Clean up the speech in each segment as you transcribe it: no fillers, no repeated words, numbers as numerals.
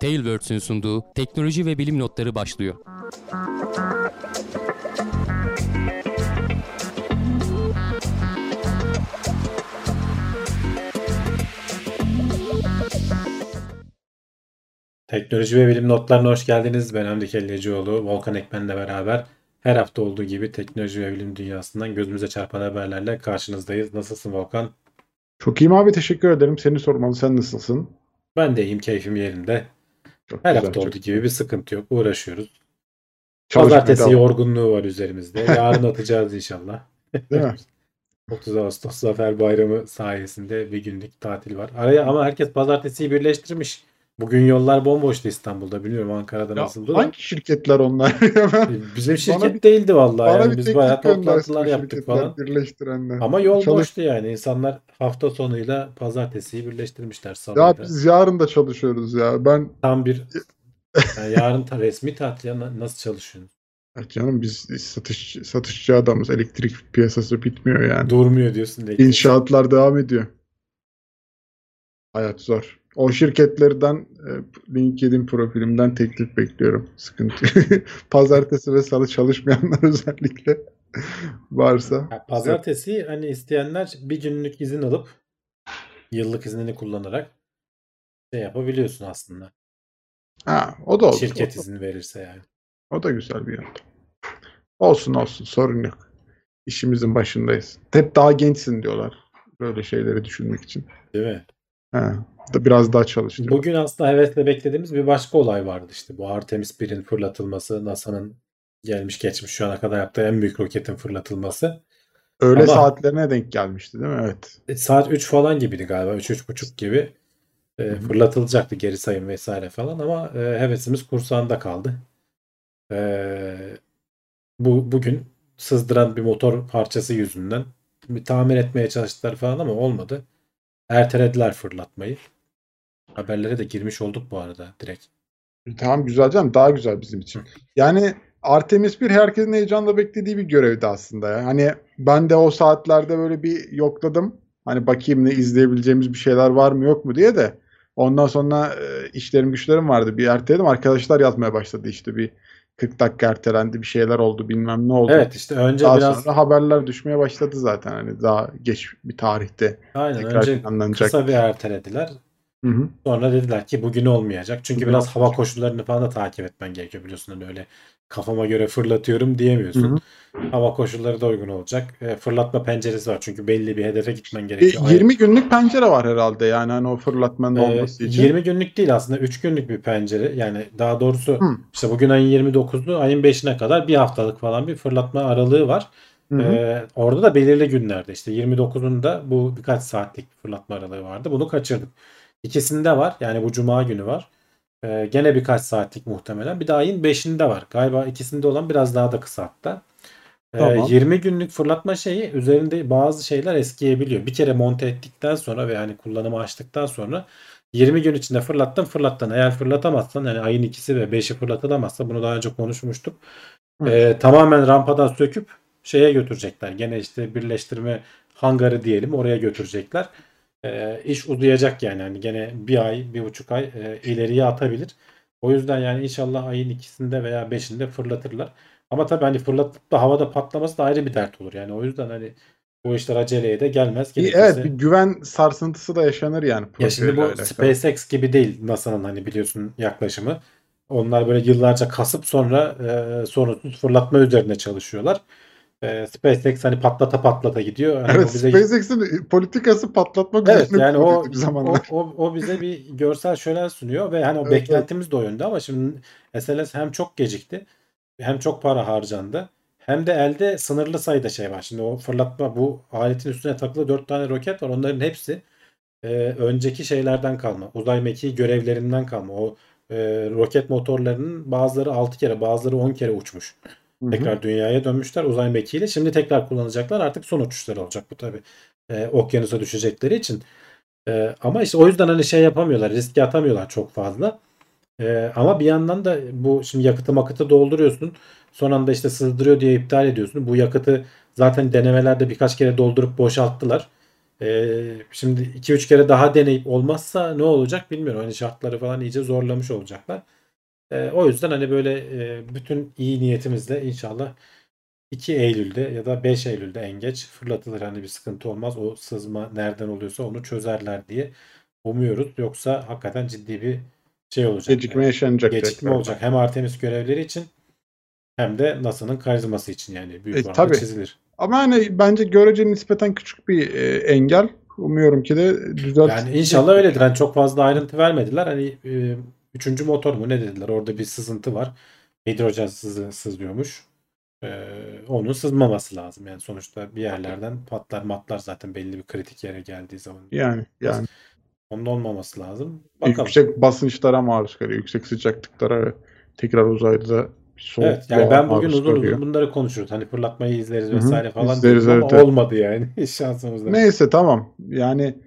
Tailwords'ün sunduğu teknoloji ve bilim notları başlıyor. Teknoloji ve bilim notlarına hoş geldiniz. Ben Hamdi Kellecioğlu, Volkan Ekmen'le beraber her hafta olduğu gibi teknoloji ve bilim dünyasından gözümüze çarpan haberlerle karşınızdayız. Nasılsın Volkan? Çok iyiyim abi, teşekkür ederim. Seni sormalı, sen nasılsın? Ben de iyiyim, keyfim yerinde. Çok Her güzel, hafta çok olduğu gibi güzel. bir sıkıntı yok, uğraşıyoruz. Çalışmaya Pazartesi devam, yorgunluğu var üzerimizde. Yarın atacağız inşallah. değil mi? 30 Ağustos Zafer Bayramı sayesinde bir günlük tatil var. Araya ama herkes pazartesiyi birleştirmiş. Bugün yollar bomboştu İstanbul'da. Bilmiyorum Ankara'da Ya nasıldı da. hangi şirketler onlar? Ya Bizim bana şirket bir değildi vallahi. bana Yani bir biz bayağı teklif göndersin toplantılar o yaptık falan. şirketler birleştirenler. Ama yol Çalış. boştu yani. İnsanlar hafta sonuyla pazartesiyi birleştirmişler Ya salıyla. biz yarın da çalışıyoruz ya. Tam bir yani yarın resmi tatil ya. Nasıl çalışıyorsunuz? Ya canım, biz satışçı adamız. Elektrik piyasası bitmiyor yani. Durmuyor diyorsun da. İnşaatlar devam ediyor. Hayat zor. O şirketlerden LinkedIn profilimden teklif bekliyorum. Sıkıntı. Pazartesi ve salı çalışmayanlar özellikle varsa. Ya pazartesi hani isteyenler bir günlük izin alıp yıllık iznini kullanarak şey yapabiliyorsun aslında. Ha, o da olur. Şirket izin verirse yani. O da güzel bir yöntem. Olsun, sorun yok. İşimizin başındayız. Hep daha gençsin diyorlar. Böyle şeyleri düşünmek için. Değil mi? Ha, da biraz daha çalışıyor. Bugün aslında hevesle beklediğimiz bir başka olay vardı işte. Bu Artemis 1'in fırlatılması, NASA'nın gelmiş geçmiş şu ana kadar yaptığı en büyük roketin fırlatılması. Öğle Ama saatlerine denk gelmişti değil mi? Evet. saat 3 falan gibiydi galiba. 3-3.30 gibi fırlatılacaktı geri sayım vesaire falan ama hevesimiz kursağında kaldı. Bugün sızdıran bir motor parçası yüzünden bir tamir etmeye çalıştılar falan ama olmadı. Ertelediler fırlatmayı. Haberlere de girmiş olduk bu arada direkt. Tamam, güzel canım. Daha güzel bizim için. Yani Artemis 1 herkesin heyecanla beklediği bir görevdi aslında ya. Hani ben de o saatlerde böyle bir yokladım. Hani bakayım ne izleyebileceğimiz bir şeyler var mı yok mu diye de. Ondan sonra işlerim güçlerim vardı. Bir erteledim. Arkadaşlar yazmaya başladı işte, bir 40 dakika ertelendi, bir şeyler oldu, bilmem ne oldu. Evet işte önce Daha biraz sonra haberler düşmeye başladı zaten. Hani daha geç bir tarihte aynen tekrar önce planlanacak. kısa bir ertelediler. Hı hı. Sonra dediler ki bugün olmayacak. Çünkü Bugün biraz hava olmayacak. koşullarını falan da takip etmen gerekiyor biliyorsun. Hani öyle kafama göre fırlatıyorum diyemiyorsun. Hı hı. Hava koşulları da uygun olacak. Fırlatma penceresi var çünkü belli bir hedefe gitmen gerekiyor. 20 günlük pencere var herhalde, yani hani o fırlatmanın olması için. 20 günlük değil aslında 3 günlük bir pencere. Yani daha doğrusu Hı. işte bugün ayın 29'u ayın 5'ine kadar bir haftalık falan bir fırlatma aralığı var. Hı hı. Orada da belirli günlerde işte 29'unda bu birkaç saatlik bir fırlatma aralığı vardı. Bunu kaçırdık. İkisinde var. Yani bu cuma günü var. Gene birkaç saatlik muhtemelen. Bir de ayın 5'inde var. Galiba ikisinde olan biraz daha da kısa hatta. Tamam. 20 günlük fırlatma şeyi üzerinde bazı şeyler eskiyebiliyor. Bir kere monte ettikten sonra ve hani kullanıma açtıktan sonra 20 gün içinde fırlattın. Eğer fırlatamazsan yani ayın 2'si ve 5'i fırlatılamazsa bunu daha önce konuşmuştuk. Tamamen rampadan söküp şeye götürecekler. Gene işte birleştirme hangarı diyelim oraya götürecekler. İş uzayacak yani. Hani gene bir ay, 1,5 ay ileriye atabilir. O yüzden yani inşallah ayın 2'sinde veya 5'inde fırlatırlar. Ama tabii hani fırlatıp da havada patlaması da ayrı bir dert olur. Yani o yüzden hani bu işler aceleye de gelmez. Evet, Gerekirse bir güven sarsıntısı da yaşanır yani ya şimdi projeyle bu alakalı. SpaceX gibi değil NASA'nın hani biliyorsun yaklaşımı. Onlar böyle yıllarca kasıp sonra sorunsuz fırlatma üzerine çalışıyorlar. SpaceX hani patlata gidiyor. Hani Evet, o bize SpaceX'in politikası patlatmak evet üzerine yani kuruluydu bir zamanlar. o bize bir görsel şölen sunuyor ve hani o Evet, evet. beklentimiz de o yönde ama şimdi SLS hem çok gecikti hem çok para harcandı hem de elde sınırlı sayıda şey var. Şimdi o fırlatma bu aletin üstüne takılı 4 tane roket var. Onların hepsi önceki şeylerden kalma. Uzay mekiği görevlerinden kalma. O roket motorlarının bazıları 6 kere bazıları 10 kere uçmuş. Hı hı. Tekrar dünyaya dönmüşler uzay mekiğiyle. Şimdi tekrar kullanacaklar. Artık son uçuşları olacak bu tabii. Okyanusa düşecekleri için. Ama işte o yüzden hani şey yapamıyorlar. Riske atamıyorlar çok fazla. Ama bir yandan da bu şimdi yakıtı dolduruyorsun. Son anda işte sızdırıyor diye iptal ediyorsun. Bu yakıtı zaten denemelerde birkaç kere doldurup boşalttılar. Şimdi 2-3 kere daha deneyip olmazsa ne olacak bilmiyorum. Hani şartları falan iyice zorlamış olacaklar. O yüzden hani böyle bütün iyi niyetimizle inşallah 2 Eylül'de ya da 5 Eylül'de en geç fırlatılır. Hani bir sıkıntı olmaz. O sızma nereden oluyorsa onu çözerler diye umuyoruz. Yoksa hakikaten ciddi bir şey olacak. Gecikme yaşanacak Gecikme tekrar. olacak. Hem Artemis görevleri için hem de NASA'nın karizması için yani büyük oranda Tabii. çizilir. Ama hani bence görece nispeten küçük bir engel. Umuyorum ki de Yani inşallah öyledir. Hani çok fazla ayrıntı vermediler. Hani 3. motor mu ne dediler? Orada bir sızıntı var. Hidrojen sızıyormuş. Onun sızmaması lazım. Yani sonuçta bir yerlerden patlar matlar zaten belli bir kritik yere geldiği zaman. Yani Onun olmaması lazım. Bakalım. yüksek basınçlara maruz kalıyor. Yüksek sıcaklıklara ve tekrar uzayda Evet. soğukluğa Yani ben bugün maruz uzun kalıyor. uzun bunları konuşuruz. Hani fırlatmayı izleriz Hı hı. vesaire falan İzleriz, diyordum ama evet. olmadı yani şansımızdan. Neyse, tamam. Yani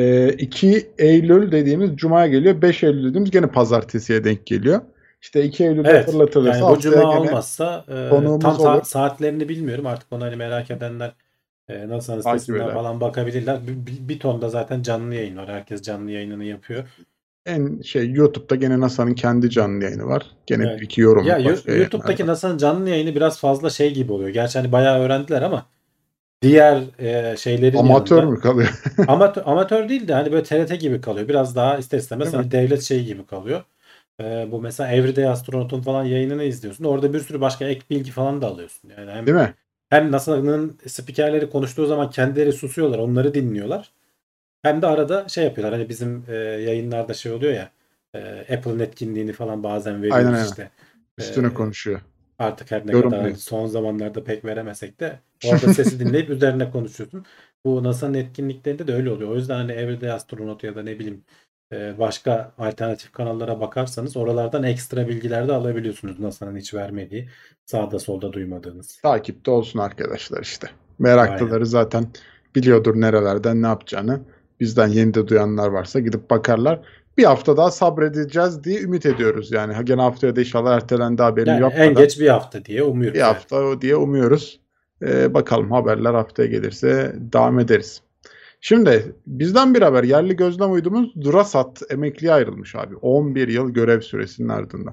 2 Eylül dediğimiz Cuma geliyor. 5 Eylül dediğimiz gene Pazartesiye denk geliyor. İşte 2 Eylül'de Evet. fırlatılırsa Yani bu haftaya cuma gene olmazsa tam konuğumuz olur. saatlerini bilmiyorum. Artık onu hani merak edenler NASA'nın Takip sitesinden eder. falan bakabilirler. Bir tonda zaten canlı yayın var. Herkes canlı yayınını yapıyor. YouTube'da gene NASA'nın kendi canlı yayını var. Gene Evet. bir iki yorumu Ya başka yayınlar YouTube'daki var. NASA'nın canlı yayını biraz fazla şey gibi oluyor. Gerçi hani bayağı öğrendiler ama diğer şeylerin Amatör yanında mü kalıyor? amatör değil de hani böyle TRT gibi kalıyor. Biraz daha ister istemez Değil mi? hani devlet şeyi gibi kalıyor. Bu mesela Everyday Astronaut'un falan yayınını izliyorsun. Orada bir sürü başka ek bilgi falan da alıyorsun. Yani Değil mi? hem NASA'nın spikerleri konuştuğu zaman kendileri susuyorlar, onları dinliyorlar. Hem de arada şey yapıyorlar. Hani bizim yayınlarda şey oluyor ya, Apple'ın etkinliğini falan bazen Aynen veriyoruz aynen. işte. E, Üstüne konuşuyor. Artık her ne kadar hani Yorumluyor. son zamanlarda pek veremesek de orada sesi dinleyip üzerine konuşuyorsun. Bu NASA'nın etkinliklerinde de öyle oluyor. O yüzden hani Everyday Astronaut ya da ne bileyim başka alternatif kanallara bakarsanız oralardan ekstra bilgiler de alabiliyorsunuz. NASA'nın hiç vermediği, sağda solda duymadığınız. Takipte olsun arkadaşlar işte. Aynen. Meraklıları zaten biliyordur nerelerden ne yapacağını. Bizden yeni de duyanlar varsa gidip bakarlar. Bir hafta daha sabredeceğiz diye ümit ediyoruz. Yani gene haftaya da inşallah ertelendi haberini Yani en yapmadan. geç bir hafta diye Bir umuyoruz. Evet. hafta diye umuyoruz. Bakalım haberler haftaya gelirse devam ederiz. Şimdi bizden bir haber. Yerli gözlem uydumuz Durasat emekliye ayrılmış abi. 11 yıl görev süresinin ardından.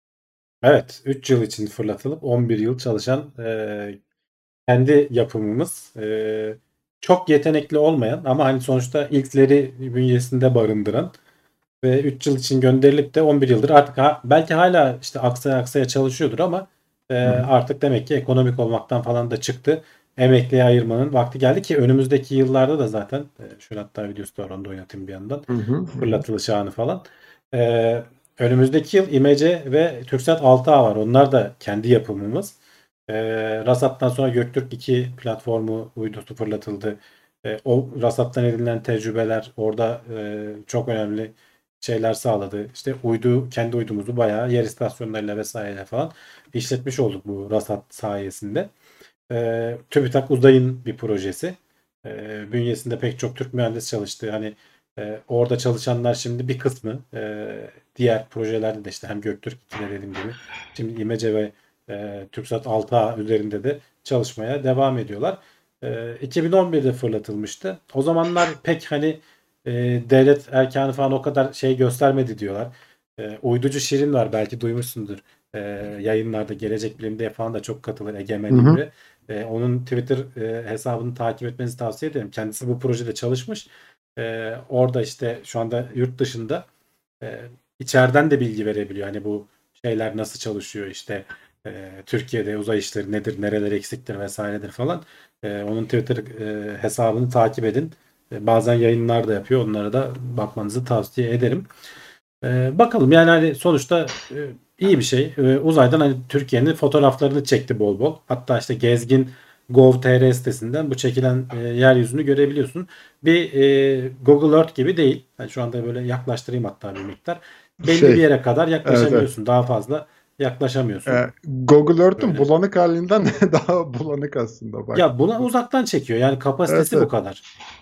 Evet. 3 yıl için fırlatılıp 11 yıl çalışan kendi yapımımız. Çok yetenekli olmayan ama hani sonuçta ilkleri bünyesinde barındıran ve 3 yıl için gönderilip de 11 yıldır artık belki hala işte aksaya aksaya çalışıyordur ama Hı hı. artık demek ki ekonomik olmaktan falan da çıktı. Emekliye ayırmanın vakti geldi ki önümüzdeki yıllarda da zaten şöyle hatta videosu da var, onu da oynatayım bir yandan. Hı hı, hı. Fırlatılış anı falan. E, Önümüzdeki yıl İMECE ve TürkSat 6A var. Onlar da kendi yapımımız. Rasat'tan sonra Göktürk 2 platformu uydusu fırlatıldı. O Rasat'tan edinilen tecrübeler orada çok önemli şeyler sağladı. İşte kendi uydumuzu bayağı yer istasyonlarıyla vesaire falan işletmiş olduk bu Rasat sayesinde. TÜBİTAK Uzay'ın bir projesi. Bünyesinde pek çok Türk mühendis çalıştı. Hani orada çalışanlar şimdi bir kısmı diğer projelerde de işte hem Göktürk 2'de dediğim gibi şimdi İMECE ve TürkSat 6A üzerinde de çalışmaya devam ediyorlar. 2011'de fırlatılmıştı. O zamanlar pek hani devlet erkanı falan o kadar şey göstermedi diyorlar. Uyducu Şirin var, belki duymuşsundur. Yayınlarda Gelecek Bilim'de falan da çok katılır Hı Egemen hı. İmre. Onun Twitter hesabını takip etmenizi tavsiye ederim. Kendisi bu projede çalışmış. Orada işte şu anda yurt dışında e, içeriden de bilgi verebiliyor. Hani bu şeyler nasıl çalışıyor işte Türkiye'de uzay işleri nedir, nereler eksiktir vesairedir falan. Onun Twitter hesabını takip edin. Bazen yayınlar da yapıyor. Onlara da bakmanızı tavsiye ederim. Bakalım yani hani sonuçta iyi bir şey. Uzaydan hani Türkiye'nin fotoğraflarını çekti bol bol. Hatta işte Gezgin Gov.tr sitesinden bu çekilen yeryüzünü görebiliyorsun. Bir Google Earth gibi değil. Yani şu anda böyle yaklaştırayım hatta bir miktar. Belli bir yere kadar Evet, evet. yaklaşabiliyorsun. Daha fazla yaklaşamıyorsun. Google Earth'ün Böyle. bulanık halinden daha bulanık aslında Ya buna baktığında. uzaktan çekiyor. Yani Evet, kapasitesi bu evet. kadar.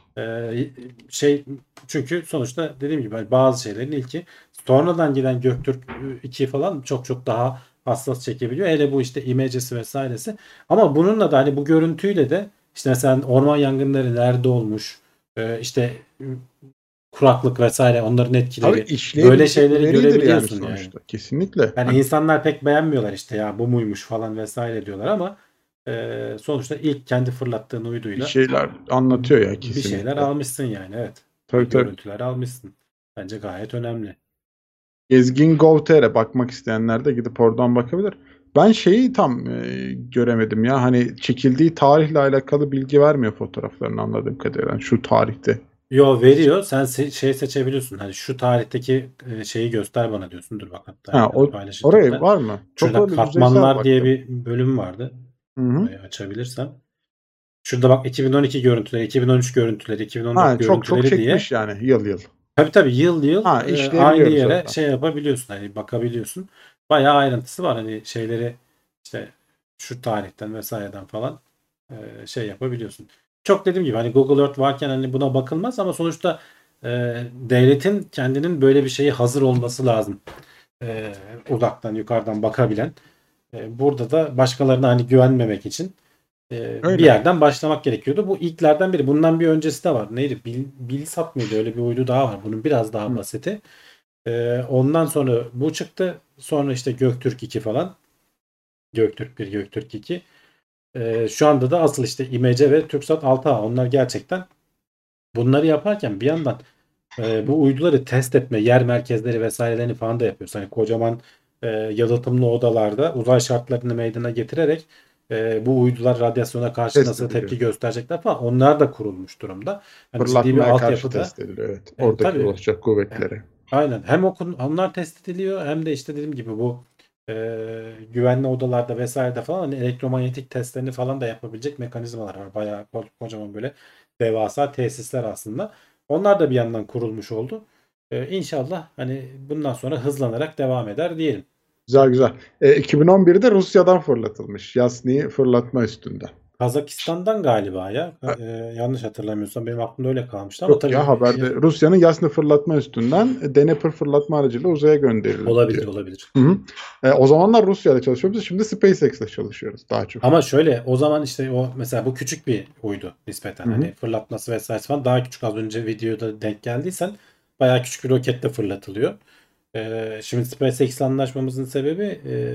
Şey çünkü sonuçta dediğim gibi hani bazı şeylerin ilki sonradan gelen Göktürk 2 falan çok çok daha hassas çekebiliyor. Hele bu işte imecesi vesairesi. Ama bununla da hani bu görüntüyle de işte mesela orman yangınları nerede olmuş? işte kuraklık vesaire onların Tabii etkileri böyle işleyebilecek şeyleri veridir yani görebiliyorsun yani. sonuçta. Kesinlikle. Yani Hani insanlar pek beğenmiyorlar işte ya bu muymuş falan vesaire diyorlar ama sonuçta ilk kendi fırlattığın bir uyduyla şeyler anlatıyor ya bir şeyler kesinlikle. almışsın yani evet. Bir Tabii tabii. görüntüler almışsın. Bence gayet önemli. Gezgin Gov.tr bakmak isteyenler de gidip oradan bakabilir. Ben şeyi tam göremedim ya. Hani çekildiği tarihle alakalı bilgi vermiyor fotoğraflarını anladığım kadarıyla. Yani şu tarihte. Yo veriyor. Sen şey seçebiliyorsun. Hani şu tarihteki şeyi göster bana diyorsun. Dur bak hatta Ha, ekrana paylaşırken oraya de. var mı? Çok Şurada öyle yüzeysel katmanlar diye baktım. bir bölüm vardı. Hı hı. Orayı açabilirsem. Şurada bak 2012 görüntüleri, 2013 görüntüleri, 2014 Ha, çok görüntüleri diye. çekmiş yani yıl yıl. Tabii yıl Ha, aynı işleyebiliyoruz yere orada. şey yapabiliyorsun. Hani bakabiliyorsun. Bayağı ayrıntısı var. Hani şeyleri işte şu tarihten vesaireden falan şey yapabiliyorsun. Çok dediğim gibi hani Google Earth varken hani buna bakılmaz ama sonuçta devletin kendinin böyle bir şeyi hazır olması lazım. Uzaktan yukarıdan bakabilen. Burada da başkalarına hani güvenmemek için bir Öyle. yerden başlamak gerekiyordu. Bu ilklerden biri. Bundan bir öncesi de var. Neydi? Bilsat mıydı? Öyle bir uydu daha var. Bunun biraz daha Hı. basiti. Ondan sonra bu çıktı. Sonra işte Göktürk 2 falan. Göktürk 1, Göktürk 2. Şu anda da asıl işte İMC ve TürkSat 6A. Onlar gerçekten bunları yaparken bir yandan bu uyduları test etme, yer merkezleri vesairelerini falan da yapıyoruz. Hani kocaman yalıtımlı odalarda uzay şartlarını meydana getirerek bu uydular radyasyona karşı Test nasıl ediliyor. tepki gösterecekler falan. Onlar da kurulmuş durumda. Hani ciddi bir Fırlatmaya karşı altyapı da test ediliyor. Evet. Oradaki tabii ulaşacak kuvvetleri. aynen. Hem onlar test ediliyor hem de işte dediğim gibi bu güvenli odalarda vesairede falan hani elektromanyetik testlerini falan da yapabilecek mekanizmalar var. Bayağı kocaman böyle devasa tesisler aslında. Onlar da bir yandan kurulmuş oldu. İnşallah hani bundan sonra hızlanarak devam eder diyelim. Güzel güzel. 2011'de Rusya'dan fırlatılmış. Yasni fırlatma üstünde. Kazakistan'dan galiba ya. Ha, Yanlış hatırlamıyorsam benim aklımda öyle kalmıştı ama yok ya tabii haberde Rusya'nın Yasni fırlatma üstünden Dnepr fırlatma aracıyla uzaya gönderildi olabilir diyor. olabilir. Hı hı. O zamanlar Rusya'da çalışıyoruz. Biz şimdi SpaceX'le çalışıyoruz daha çok. Ama şöyle o zaman işte o mesela bu küçük bir uydu nispeten Hı hı. hani fırlatması vesaire falan daha küçük az önce videoda denk geldiysen bayağı küçük bir roketle fırlatılıyor. Şimdi SpaceX anlaşmamızın sebebi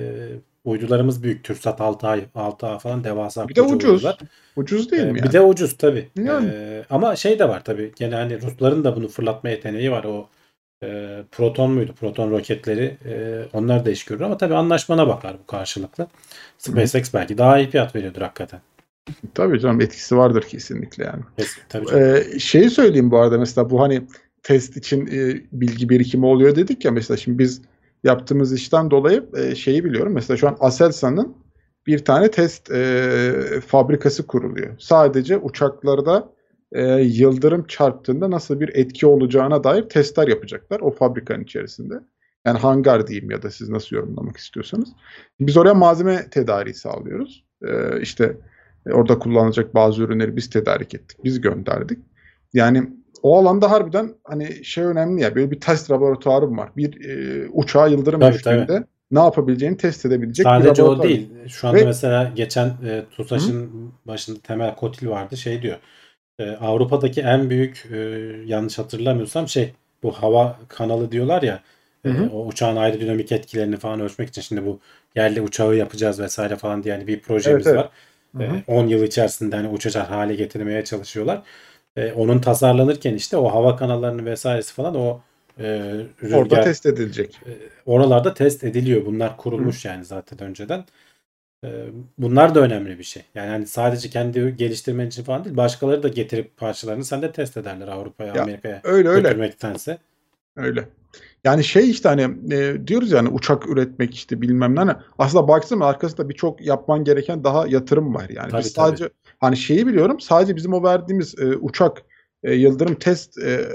uydularımız büyük. TürkSat 6A falan devasa Bir de koca ucuz. uydular. Ucuz değil mi Bir yani? de ucuz tabii. Yani Ama şey de var tabii. Gene hani Rusların da bunu fırlatma yeteneği var. O Proton muydu? Proton roketleri onlar da iş görür ama tabii anlaşmana bakar bu karşılıklı. hı hı. SpaceX belki daha iyi fiyat veriyordur hakikaten. Tabii canım etkisi vardır kesinlikle yani. Tabii canım. Şeyi söyleyeyim bu arada mesela bu hani test için bilgi birikimi oluyor dedik ya mesela şimdi biz yaptığımız işten dolayı şeyi biliyorum. Mesela şu an Aselsan'ın bir tane test fabrikası kuruluyor. Sadece uçaklarda yıldırım çarptığında nasıl bir etki olacağına dair testler yapacaklar o fabrikanın içerisinde. Yani hangar diyeyim ya da siz nasıl yorumlamak istiyorsanız. Biz oraya malzeme tedariği sağlıyoruz. İşte orada kullanılacak bazı ürünleri biz tedarik ettik. Biz gönderdik. Yani o alanda harbiden hani şey önemli ya böyle bir test laboratuvarı var. Bir uçağa yıldırım Tabii tabii. düştüğünde ne yapabileceğini test edebilecek bir Sadece o laboratuvar. değil. Şu anda Ve mesela geçen hı, TUSAŞ'ın başında Temel Kotil vardı. Şey diyor. Avrupa'daki en büyük yanlış hatırlamıyorsam şey bu hava kanalı diyorlar ya hı, hı, o uçağın aerodinamik etkilerini falan ölçmek için şimdi bu yerli uçağı yapacağız vesaire falan diye yani bir evet projemiz evet. var. Hı hı. 10 yıl içerisinde hani uçacak hale getirmeye çalışıyorlar. Onun tasarlanırken işte o hava kanallarının vesairesi falan o Orada rüzgar test edilecek. oralarda test ediliyor. Bunlar Hı hı. kurulmuş yani zaten önceden. Bunlar da önemli bir şey. Yani hani sadece kendi geliştirmen için falan değil, başkaları da getirip parçalarını sen de test ederler Avrupa'ya, Ya Amerika'ya öyle öyle. götürmektense. Öyle. Yani şey işte hani diyoruz yani uçak üretmek işte bilmem ne. Hani aslında baksana arkasında birçok yapman gereken daha yatırım var yani. Biz Tabii tabii. sadece hani şeyi biliyorum sadece bizim o verdiğimiz uçak yıldırım test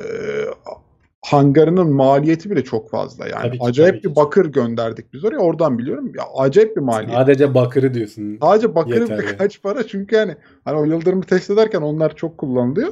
hangarının maliyeti bile çok fazla yani. Tabii ki tabii Acayip ki. bir bakır gönderdik biz oraya oradan biliyorum. Ya acayip bir maliyet. Sadece bakırı diyorsun. Sadece bakırı bile Yeter ya. kaç para çünkü yani hani o yıldırımı test ederken onlar çok kullanılıyor.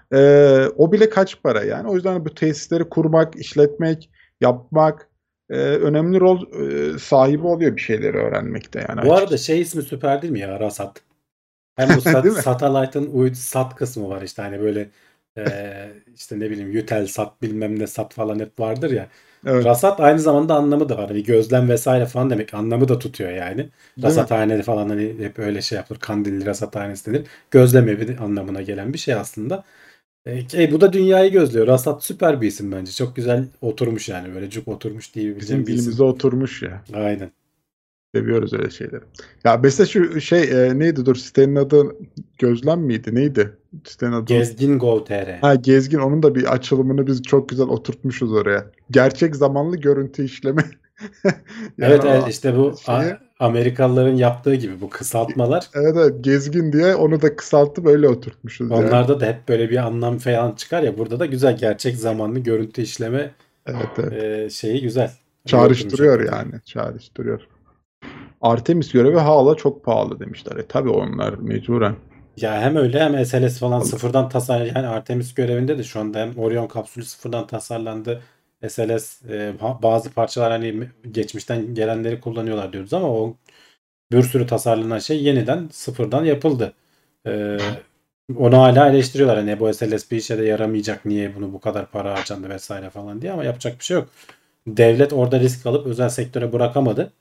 O bile kaç para yani. O yüzden bu tesisleri kurmak, işletmek, yapmak önemli rol sahibi oluyor bir şeyleri öğrenmekte yani Bu arada açıkçası. şey ismi süper değil mi ya? Rasat. Hem bu Değil mi? satellite'ın uydu sat kısmı var işte hani böyle işte ne bileyim Eutelsat bilmem ne sat falan hep vardır ya. Evet. Rasat aynı zamanda anlamı da var. Hani gözlem vesaire falan demek anlamı da tutuyor yani. Değil mi? Rasathanede falan hani hep öyle şey yapılır. Kandilli rasathanesi denir. Gözlem evi anlamına gelen bir şey aslında. Bu da dünyayı gözlüyor. Rasat süper bir isim bence. Çok güzel oturmuş yani. Böyle cuk oturmuş Bizim diyebileceğim bir isim. dilimize oturmuş ya. Aynen. Seviyoruz öyle şeyleri. Ya mesela şu neydi, dur, sitenin adı Gözlem miydi? Neydi? Sitenin adı Gezgin Gov.tr. Ha, Gezgin, onun da bir açılımını biz çok güzel oturtmuşuz oraya. Gerçek zamanlı görüntü işleme. Yani Evet, evet o işte bu şeyi, Amerikalıların yaptığı gibi bu kısaltmalar. evet, evet, Gezgin diye onu da kısaltıp öyle oturtmuşuz yani. Onlarda da hep böyle bir anlam falan çıkar ya. Burada da güzel gerçek zamanlı görüntü işleme Evet, evet. şeyi güzel. İyi oturmuş Çağrıştırıyor hakikaten. yani. Çağrıştırıyor. Artemis görevi hala çok pahalı demişler. Tabii onlar mecburen. Ya hem öyle hem SLS falan Pahalı. sıfırdan yani Artemis görevinde de şu anda hem Orion kapsülü sıfırdan tasarlandı. SLS bazı parçalar hani geçmişten gelenleri kullanıyorlar diyoruz ama o bir sürü tasarlanan şey yeniden sıfırdan yapıldı. E, Onu hala eleştiriyorlar. Hani bu SLS bir işe de yaramayacak. Niye bunu bu kadar para harcandı vesaire falan diye ama yapacak bir şey yok. Devlet orada risk alıp özel sektöre bırakamadı.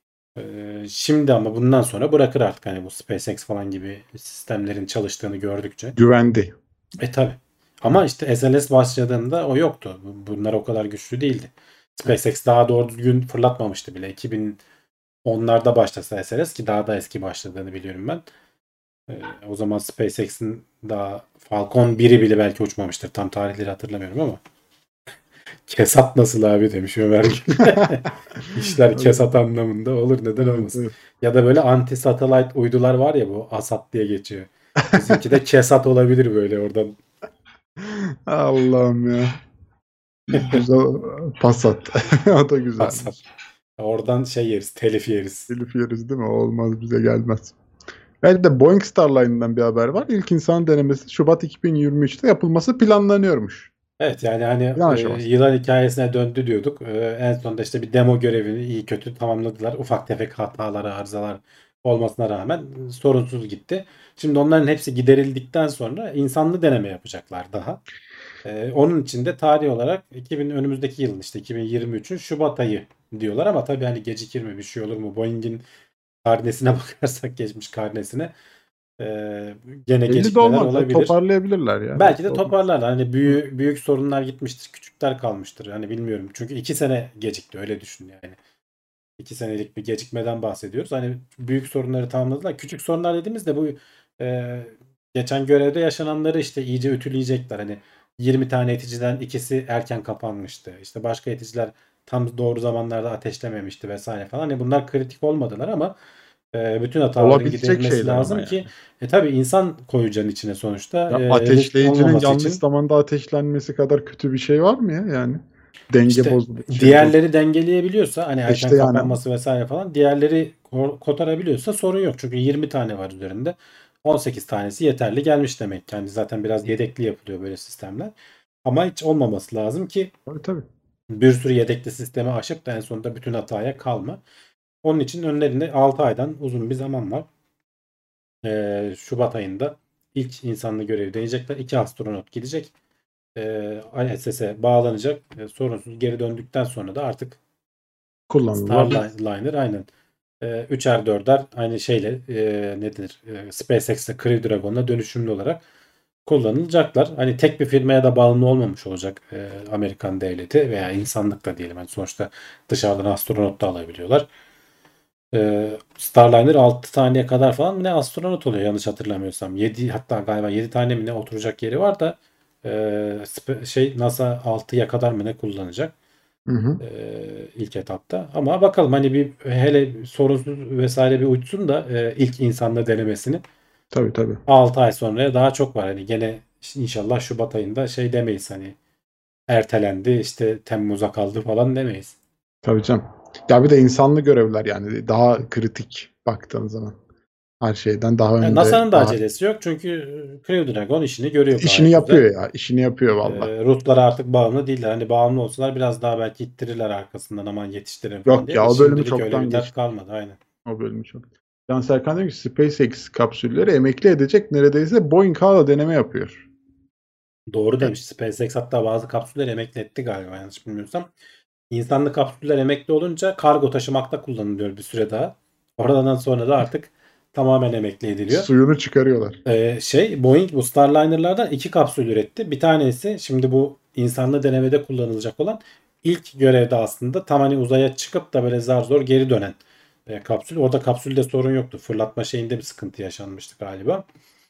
Şimdi ama bundan sonra bırakır artık hani bu SpaceX falan gibi sistemlerin çalıştığını gördükçe. Güvendi. Tabi. Ama işte SLS başladığında o yoktu. Bunlar o kadar güçlü değildi. SpaceX daha doğru düzgün fırlatmamıştı bile. 2010'larda başlasa SLS ki daha da eski başladığını biliyorum ben. O zaman SpaceX'in daha Falcon 1'i bile belki uçmamıştır. Tam tarihleri hatırlamıyorum ama. Kesat nasıl abi demiş Ömer Gül. İşler kesat anlamında olur neden Evet, olmasın. evet. Ya da böyle anti-satellite uydular var ya bu ASAT diye geçiyor. Bizimki de kesat olabilir böyle oradan. Allah'ım ya. Güzel. Passat. O da ASAT. güzelmiş. Oradan şey yeriz, telif yeriz. Telif yeriz değil mi? Olmaz, bize gelmez. Belki de Boeing Starline'dan bir haber var. İlk insan denemesi Şubat 2023'te yapılması planlanıyormuş. Evet yani hani Plan aşaması. yılan hikayesine döndü diyorduk. En sonunda işte bir demo görevini iyi kötü tamamladılar. Ufak tefek hatalar, arızalar olmasına rağmen sorunsuz gitti. Şimdi onların hepsi giderildikten sonra insanlı deneme yapacaklar daha. Onun için de tarih olarak önümüzdeki yılın işte 2023'ün Şubat ayı diyorlar ama tabii hani gecikir mi bir şey olur mu? Boeing'in karnesine bakarsak geçmiş karnesine gene Belli de gecikmeler olmaz ya. olabilir. Toparlayabilirler ya. Belki Belli de de olmaz. toparlarlar. Hani Hı. büyük sorunlar gitmiştir. Küçükler kalmıştır. Hani bilmiyorum. Çünkü 2 sene gecikti. Öyle düşün yani. 2 senelik bir gecikmeden bahsediyoruz. Hani büyük sorunları tamamladılar. Küçük sorunlar dediğimizde bu e, geçen görevde yaşananları işte iyice ütüleyecekler. Hani 20 tane iticiden ikisi erken kapanmıştı. İşte başka iticiler tam doğru zamanlarda ateşlememişti vesaire falan. Hani bunlar kritik olmadılar ama bütün hataların Olabilecek giderilmesi şeyler ama lazım ki yani. tabii insan koyacaksın içine sonuçta. Ya Risk ateşleyicinin olmaması yanlış için. zamanda ateşlenmesi kadar kötü bir şey var mı ya yani? Denge İşte bozulur, şey bozulur. diğerleri dengeleyebiliyorsa hani erken İşte yani kapanması vesaire falan diğerleri kotarabiliyorsa sorun yok. Çünkü 20 tane var üzerinde. 18 tanesi yeterli gelmiş demek. Yani zaten biraz yedekli yapılıyor böyle sistemler. Ama hiç olmaması lazım ki tabii, tabii. bir sürü yedekli sistemi aşıp da en sonunda bütün hataya kalma. Onun için önlerinde 6 aydan uzun bir zaman var. Şubat ayında ilk insanlı görevi deneyecekler. 2 astronot gidecek. ISS'e bağlanacak. Sorunsuz geri döndükten sonra da artık Kullanılabilir. Starliner aynen. Üçer dörder aynı şeyle nedir? SpaceX'le Crew Dragon'la dönüşümlü olarak kullanılacaklar. Hani tek bir firmaya da bağımlı olmamış olacak Amerikan devleti veya insanlık da diyelim. Yani sonuçta dışarıdan astronot da alabiliyorlar. Starliner 6 taneye kadar falan mı ne astronot oluyor yanlış hatırlamıyorsam. 7 hatta galiba 7 tane mi ne oturacak yeri var da NASA 6'ya kadar mı ne kullanacak Hı hı. ilk etapta. Ama bakalım hani bir hele sorunsuz vesaire bir uçsun da ilk insanla denemesini Tabii, tabii. 6 ay sonraya daha çok var. Hani gene inşallah Şubat ayında şey demeyiz hani ertelendi işte Temmuz'a kaldı falan demeyiz. Tabii canım. Ya bir de insanlı görevler yani daha kritik baktığın zaman. Her şeyden daha Yani önde, NASA'nın da daha acelesi yok çünkü Crew Dragon işini görüyor işini gayet güzel. yapıyor ya. İşini yapıyor valla. Ruslara artık bağımlı değiller. Hani bağımlı olsalar biraz daha belki ittirirler arkasından aman yetiştirin falan Yok diye ya, de o bölümü şimdilik öyle bir çoktan dert geçti. kalmadı aynen. O bölümü çok. Can Serkan diyor ki SpaceX kapsülleri emekli edecek, neredeyse Boeing hala deneme yapıyor. Doğru demiş. SpaceX hatta bazı kapsülleri emekli etti galiba, yanlış bilmiyorsam. İnsanlı kapsüller emekli olunca kargo taşımakta kullanılıyor bir süre daha. Oradan sonra da artık tamamen emekli ediliyor. Suyunu çıkarıyorlar. Boeing bu Starliner'lardan 2 kapsül üretti. Bir tanesi şimdi bu insanlı denemede kullanılacak olan ilk görevde aslında tam hani uzaya çıkıp da böyle zar zor geri dönen kapsül. Orada kapsülde sorun yoktu. Fırlatma şeyinde bir sıkıntı yaşanmıştı galiba.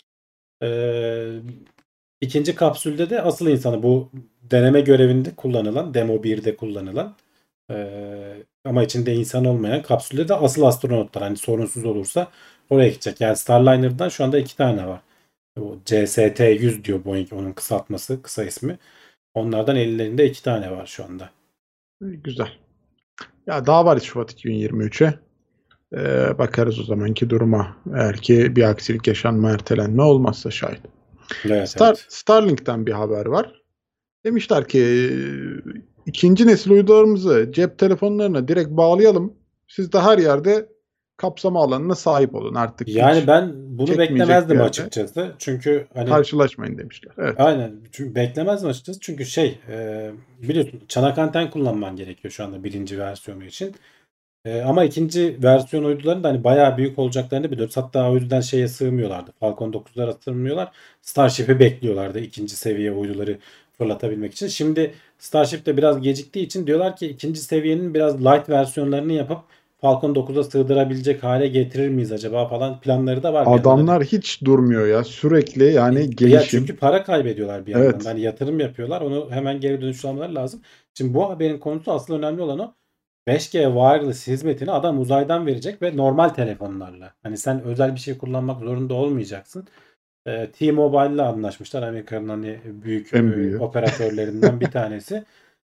İkinci kapsülde de asıl insanı bu deneme görevinde kullanılan, Demo 1'de kullanılan ama içinde insan olmayan kapsülde de asıl astronotlar, hani sorunsuz olursa oraya gidecek. Yani Starliner'dan şu anda 2 tane var. O CST-100 diyor Boeing, onun kısaltması, kısa ismi. Onlardan ellerinde 2 tane var şu anda. Güzel. Ya daha var Şubat 2023'e. Bakarız o zamanki duruma. Eğer ki bir aksilik yaşanma, ertelenme olmazsa şayet. Evet, Starlink'ten bir haber var. Demişler ki ikinci nesil uydularımızı cep telefonlarına direkt bağlayalım. Siz de her yerde kapsama alanına sahip olun artık. Yani ben bunu çekmeyecek bir beklemezdim yerde açıkçası. Çünkü hani karşılaşmayın demişler. Evet. aynen. Çünkü beklemezdim açıkçası. Çünkü biliyorsun çanak anten kullanman gerekiyor şu anda birinci versiyonu için. Ama ikinci versiyon uyduların da hani bayağı büyük olacaklarını biliyoruz. Hatta o yüzden şeye sığmıyorlardı. Falcon 9'lara sığmıyorlar. Starship'i bekliyorlardı ikinci seviye uyduları fırlatabilmek için. Şimdi Starship de biraz geciktiği için diyorlar ki ikinci seviyenin biraz light versiyonlarını yapıp Falcon 9'a sığdırabilecek hale getirir miyiz acaba falan planları da var bir yandan. Adamlar hiç durmuyor ya. Sürekli yani Ya gelişim. çünkü para kaybediyorlar bir yandan. Evet. Hani yatırım yapıyorlar. Onu hemen geri dönüş almaları lazım. Şimdi bu haberin konusu asıl önemli olan o. 5G wireless hizmetini adam uzaydan verecek ve normal telefonlarla. Hani sen özel bir şey kullanmak zorunda olmayacaksın. T-Mobile ile anlaşmışlar. Amerika'nın hani büyük En büyüğü. operatörlerinden bir tanesi.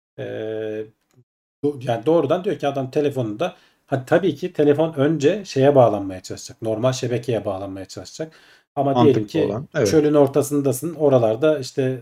Yani doğrudan diyor ki adam telefonunda tabii ki telefon önce şeye bağlanmaya çalışacak. Normal şebekeye bağlanmaya çalışacak. Ama diyelim Mantıklı ki olan. Evet. çölün ortasındasın. Oralarda işte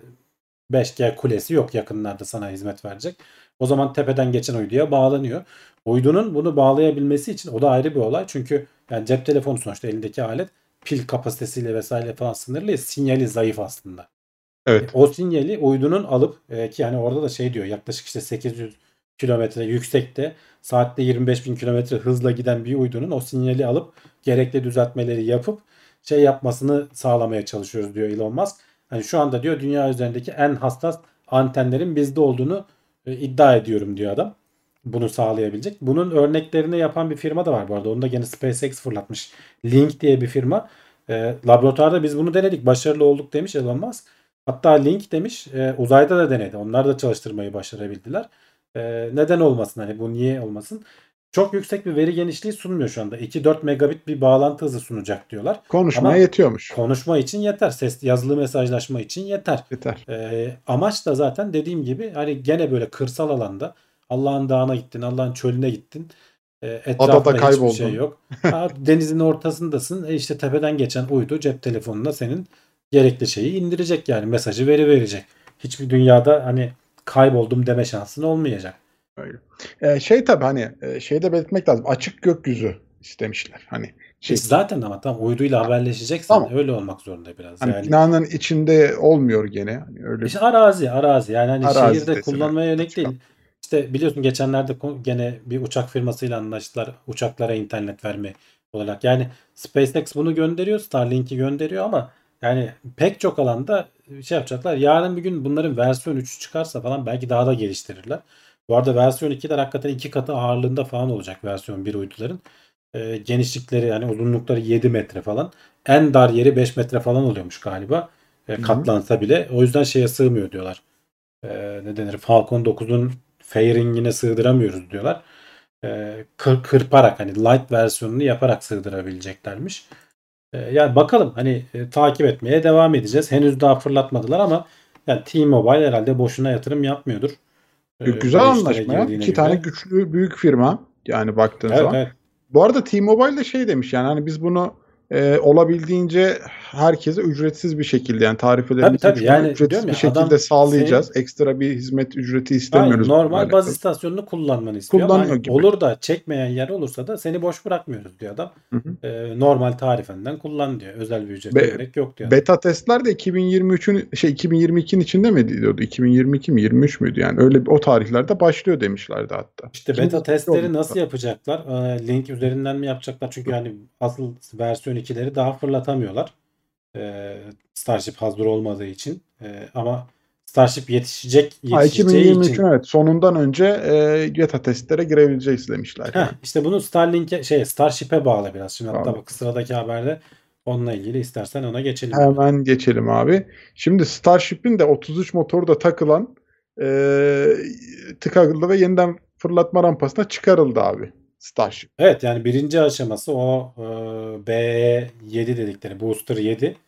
5G kulesi yok yakınlarda sana hizmet verecek. O zaman tepeden geçen uyduya bağlanıyor. Uydunun bunu bağlayabilmesi için o da ayrı bir olay. Çünkü yani cep telefonu sonuçta elindeki alet pil kapasitesiyle vesaire falan sınırlı. Sinyali zayıf aslında. Evet. O sinyali uydunun alıp ki yani orada da şey diyor, yaklaşık işte 800 kilometre yüksekte saatte 25 bin kilometre hızla giden bir uydunun o sinyali alıp gerekli düzeltmeleri yapıp şey yapmasını sağlamaya çalışıyoruz diyor Elon Musk. Hani şu anda diyor dünya üzerindeki en hassas antenlerin bizde olduğunu iddia ediyorum diyor adam. Bunu sağlayabilecek. Bunun örneklerini yapan bir firma da var bu arada. Onu da gene SpaceX fırlatmış. Link diye bir firma. Laboratuvarda biz bunu denedik. Başarılı olduk demiş Elon Musk. Hatta Link demiş uzayda da denedi. Onlar da çalıştırmayı başarabildiler. Neden olmasın, hani bu niye olmasın? Çok yüksek bir veri genişliği sunmuyor şu anda. 2-4 megabit bir bağlantı hızı sunacak diyorlar. Konuşmaya Ama yetiyormuş. konuşma için yeter. Ses, yazılı mesajlaşma için yeter. Yeter. Amaç da zaten dediğim gibi hani gene böyle kırsal alanda Allah'ın dağına gittin, Allah'ın çölüne gittin. Etrafta Adada hiçbir kayboldun. şey yok. Denizin ortasındasın. İşte tepeden geçen uydu cep telefonuna senin gerekli şeyi indirecek, yani mesajı verecek. Hiçbir dünyada hani kayboldum deme şansın olmayacak. Öyle. Tabii hani şeyi de belirtmek lazım. Açık gökyüzü istemişler. Hani Zaten ama tam uyduyla haberleşeceksen tamam. öyle olmak zorunda biraz. Hani Yani binanın içinde olmuyor gene. Hani öyle İşte arazi yani hani şehirde arazidesine kullanmaya yönelik çıkan. değil. İşte biliyorsun geçenlerde gene bir uçak firmasıyla anlaştılar uçaklara internet verme olarak. Yani SpaceX bunu gönderiyor, Starlink'i gönderiyor ama yani pek çok alanda şey yapacaklar. Yarın bir gün bunların versiyon 3'ü çıkarsa falan belki daha da geliştirirler. Bu arada versiyon 2'ler hakikaten 2 katı ağırlığında falan olacak versiyon 1 uyduların. Genişlikleri yani uzunlukları 7 metre falan. En dar yeri 5 metre falan oluyormuş galiba. Katlansa bile. O yüzden şeye sığmıyor diyorlar. Ne denir? Falcon 9'un fairing'ine sığdıramıyoruz diyorlar. Kırparak hani light versiyonunu yaparak sığdırabileceklermiş. Yani bakalım hani takip etmeye devam edeceğiz. Henüz daha fırlatmadılar ama yani T-Mobile herhalde boşuna yatırım yapmıyordur. Güzel Bu işlere anlaşma ya. girdiğine 2 tane göre. güçlü büyük firma. Yani baktığın Evet, zaman. evet. Bu arada T-Mobile de şey demiş yani hani biz bunu olabildiğince herkese ücretsiz bir şekilde, yani Tabii tarifelerimizi tabii, şu an yani ücretsiz diyorum bir ya, şekilde adam sağlayacağız. senin Ekstra bir hizmet ücreti aynen istemiyoruz bununla normal baz alakalı. istasyonunu kullanmanı istiyor ama Kullanıyor hani gibi. olur da çekmeyen yer olursa da seni boş bırakmıyoruz diyor adam. Hı hı. Normal tarifenden kullan diyor. Özel bir ücrete Be- gerek yok diyor adam. Beta testler de 2022'nin içinde mi diyordu? 2022 mi 23 müydü? Yani öyle o tarihlerde başlıyor demişlerdi hatta. İşte beta 2022 testleri olması nasıl yapacaklar? Link üzerinden mi yapacaklar? Çünkü hani asıl versiyon 2'leri daha fırlatamıyorlar. Starship hazır olmadığı için. Ama Starship yetişeceği 2023'ün için evet sonundan önce beta testlere girebileceğiz demişler yani. işte bunu Starship'e bağlı biraz. Şimdi hatta Vallahi. bak sıradaki haberde onunla ilgili, istersen ona geçelim hemen. Hemen geçelim abi. Şimdi Starship'in de 33 motoru da takılan tıkakıldı ve yeniden fırlatma rampasına çıkarıldı abi Starship. Evet, yani birinci aşaması o B7 dedikleri Booster 7.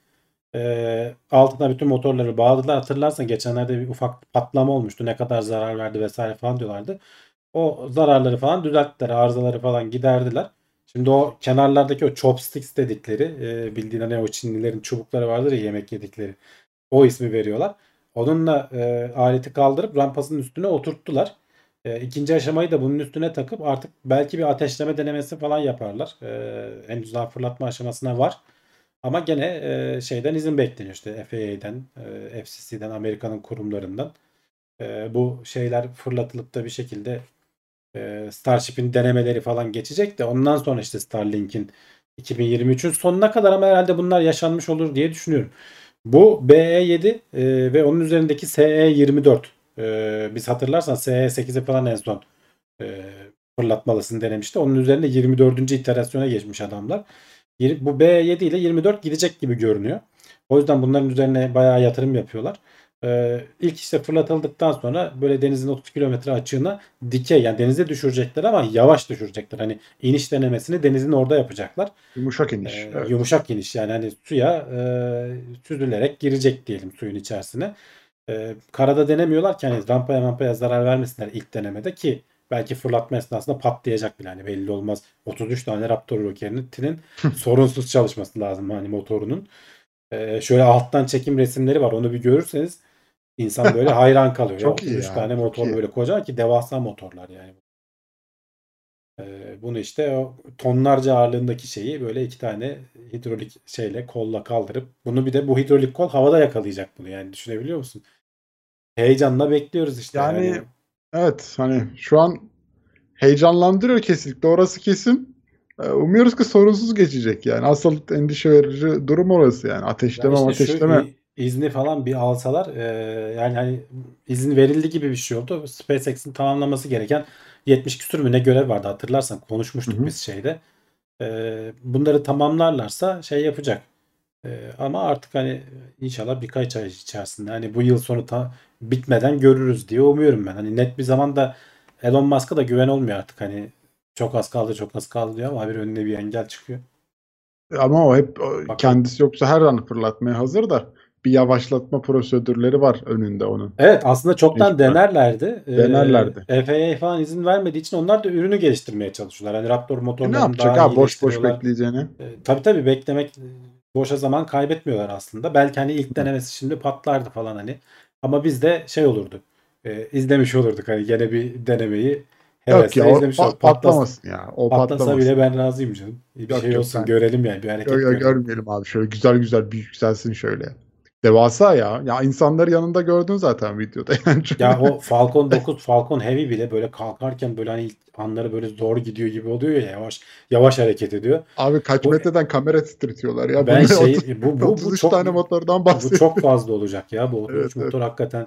Altına bütün motorları bağladılar. Hatırlarsan geçenlerde bir ufak patlama olmuştu. Ne kadar zarar verdi vesaire falan diyorlardı. O zararları falan düzelttiler. Arızaları falan giderdiler. Şimdi o kenarlardaki o chopsticks dedikleri, bildiğin hani o Çinlilerin çubukları vardır ya, yemek yedikleri. O ismi veriyorlar. Onunla aleti kaldırıp rampasının üstüne oturttular. İkinci aşamayı da bunun üstüne takıp artık belki bir ateşleme denemesi falan yaparlar. Henüz daha fırlatma aşamasına var. Ama gene şeyden izin bekleniyor, işte FAA'den, FCC'den, Amerika'nın kurumlarından. Bu şeyler fırlatılıp da bir şekilde Starship'in denemeleri falan geçecek de ondan sonra işte Starlink'in 2023'ün sonuna kadar, ama herhalde bunlar yaşanmış olur diye düşünüyorum. Bu BE7 ve onun üzerindeki SE24. Biz hatırlarsan SE8'i falan en son e, fırlatmalısını denemişti. Onun üzerinde 24. iterasyona geçmiş adamlar. Bu B7 ile 24 gidecek gibi görünüyor. O yüzden bunların üzerine bayağı yatırım yapıyorlar. İlk işte fırlatıldıktan sonra böyle denizin 30 kilometre açığına dikey, yani denize düşürecekler ama yavaş düşürecekler. Hani iniş denemesini denizin orada yapacaklar. Yumuşak iniş. Evet. Yumuşak iniş, yani hani suya süzülerek girecek diyelim suyun içerisine. Karada denemiyorlar ki hani rampaya zarar vermesinler ilk denemede, ki belki fırlatma esnasında patlayacak bile, hani belli olmaz. 33 tane Raptor roketinin sorunsuz çalışması lazım hani motorunun. Şöyle alttan çekim resimleri var, onu bir görürseniz insan böyle hayran kalıyor. Ya Çok iyi 33 ya. tane Çok motor iyi. böyle kocaman, ki devasa motorlar yani. Bunu işte o tonlarca ağırlığındaki şeyi böyle iki tane hidrolik şeyle, kolla kaldırıp, bunu bir de bu hidrolik kol havada yakalayacak bunu, yani düşünebiliyor musun? Heyecanla bekliyoruz işte Yani yani. evet, hani şu an heyecanlandırıyor kesinlikle. Orası kesin. Umuyoruz ki sorunsuz geçecek yani. Asıl endişe verici durum orası yani. Ya Ateşleme işte şu ateşleme. izni falan bir alsalar, yani hani izin verildi gibi bir şey oldu. SpaceX'in tamamlaması gereken 70 küsur mü ne görev vardı, hatırlarsan Hı konuşmuştuk hı. biz şeyde. Bunları tamamlarlarsa şey yapacak. Ama artık hani inşallah birkaç ay içerisinde, hani bu yıl sonu bitmeden görürüz diye umuyorum ben. Hani net bir zamanda Elon Musk'a da güven olmuyor artık, hani çok az kaldı çok az kaldı diyor ama bir önüne bir engel çıkıyor. Ama o hep Bakalım. kendisi yoksa her an fırlatmaya hazır da bir yavaşlatma prosedürleri var önünde onun. Evet, aslında çoktan Mecburen. denerlerdi. Denerlerdi. FAA falan izin vermediği için onlar da ürünü geliştirmeye çalışıyorlar. Hani Raptor Ne motorlarını yapacak daha ha, boş boş iyileştiriyorlar. bekleyeceğini. Tabii beklemek, boşa zaman kaybetmiyorlar aslında. Belki hani ilk Hı. denemesi şimdi patlardı falan hani. Ama biz de şey olurdu. İzlemiş olurduk hani, gene bir denemeyi Yok ya, hevesle o izlemiş olurduk. patlamasın ya. O Patlasa bile patlamasın. ben razıyım canım. Bir Yok şey yok, olsun, sen görelim yani, bir yok, hareket yok, görelim. görmeyelim abi. Şöyle güzel güzel bir yükselsin şöyle. Devasa ya. Ya insanları yanında gördün zaten videoda. Yani Ya o Falcon 9, Falcon Heavy bile böyle kalkarken böyle hani ilk anları böyle zor gidiyor gibi oluyor ya, yavaş yavaş hareket ediyor. abi kaç Bu metreden kamera titretiyorlar ya. ben Bunu şey bu 33 çok tane motordan bu çok bahsediyor. fazla olacak ya. Bu Evet 33 evet. motor hakikaten,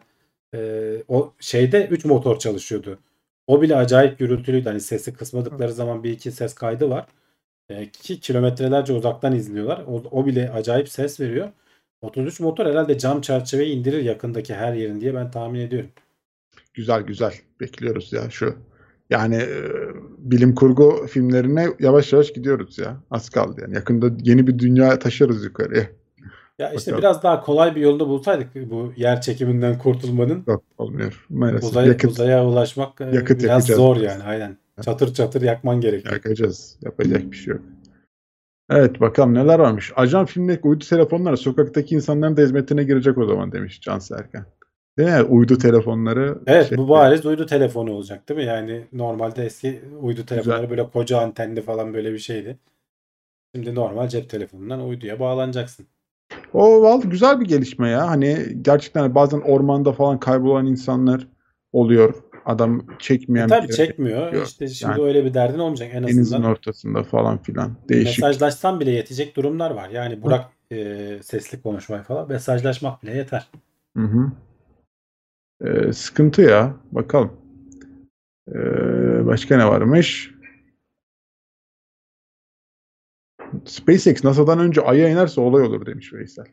o şeyde 3 motor çalışıyordu. O bile acayip gürültülüydü. Hani sesi kısmadıkları zaman bir iki ses kaydı var. Ki kilometrelerce uzaktan izliyorlar. O bile acayip ses veriyor. 33 motor herhalde cam çerçeveyi indirir yakındaki her yerin diye ben tahmin ediyorum. Güzel güzel. Bekliyoruz ya şu. Yani bilim kurgu filmlerine yavaş yavaş gidiyoruz ya. Az kaldı yani. Yakında yeni bir dünya taşırız yukarıya. Ya işte Bakalım. biraz daha kolay bir yolda bulsaydık bu yer çekiminden kurtulmanın, Yok, olmuyor. Maalesef. Yakıt uzaya ulaşmak yakıt biraz yakacağız zor biraz. yani, aynen. Çatır çatır yakman gerekiyor. Yakacağız. Yapacak bir şey yok. Evet, bakalım neler varmış. Ajan filmindeki uydu telefonları sokaktaki insanların da hizmetine girecek o zaman demiş Can Serkan. Değil mi? Uydu telefonları Evet, bu bariz uydu telefonu olacak değil mi? Yani normalde eski uydu telefonları güzel. böyle koca antenli falan böyle bir şeydi. Şimdi normal cep telefonundan uyduya bağlanacaksın. O vallahi güzel bir gelişme ya. Hani gerçekten bazen ormanda falan kaybolan insanlar oluyor. Adam çekmeyen bir Tabii yere çekmiyor. gidiyor. İşte şimdi Yani öyle bir derdin olmayacak en denizin azından. ortasında falan filan. Değişik. Mesajlaşsan bile yetecek durumlar var. Yani Hı bırak sesli konuşmayı falan. Mesajlaşmak bile yeter. hı. Sıkıntı ya. Bakalım. Başka ne varmış? SpaceX NASA'dan önce Ay'a inerse olay olur demiş Veysel.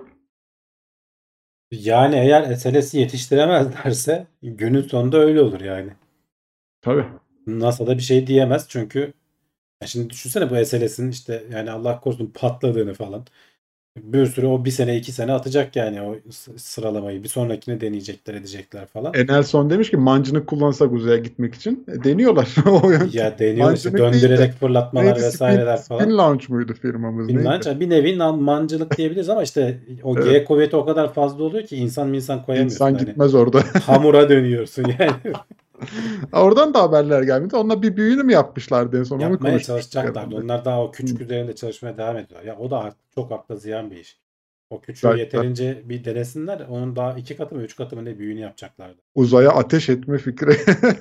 Yani eğer SLS'i yetiştiremezlerse günün sonunda öyle olur yani. Tabii. NASA'da bir şey diyemez çünkü ya şimdi düşünsene bu SLS'in işte yani Allah korusun patladığını falan. Bir sürü o bir sene 2 sene atacak yani o sıralamayı. Bir sonrakini deneyecekler edecekler falan. Enelson demiş ki mancınık kullansak uzaya gitmek için. Deniyorlar o yöntem. Ya deniyor işte Mancınık değil de döndürerek fırlatmalar neydi? vesaireler Spin falan. Launch muydu firmamız Finlanç neydi? bir nevi mancılık diyebiliriz ama işte o Evet, G kuvveti o kadar fazla oluyor ki insan koyamıyorsun. insan Hani gitmez orada. hamura dönüyorsun yani. Oradan da haberler gelmedi. Onunla bir büyüğünü mü yapmışlardı en son onu Yapmaya konuşmuştuk çalışacaklardı. herhalde. Onlar daha o Hı, küçük üzerinde çalışmaya devam ediyor. Ya o da artık çok akla ziyan bir iş. O küçüğü güzel güzel. yeterince bir denesinler. Onun daha 2 katı mı 3 katı mı ne büyüğünü yapacaklardı. Uzaya ateş etme fikri.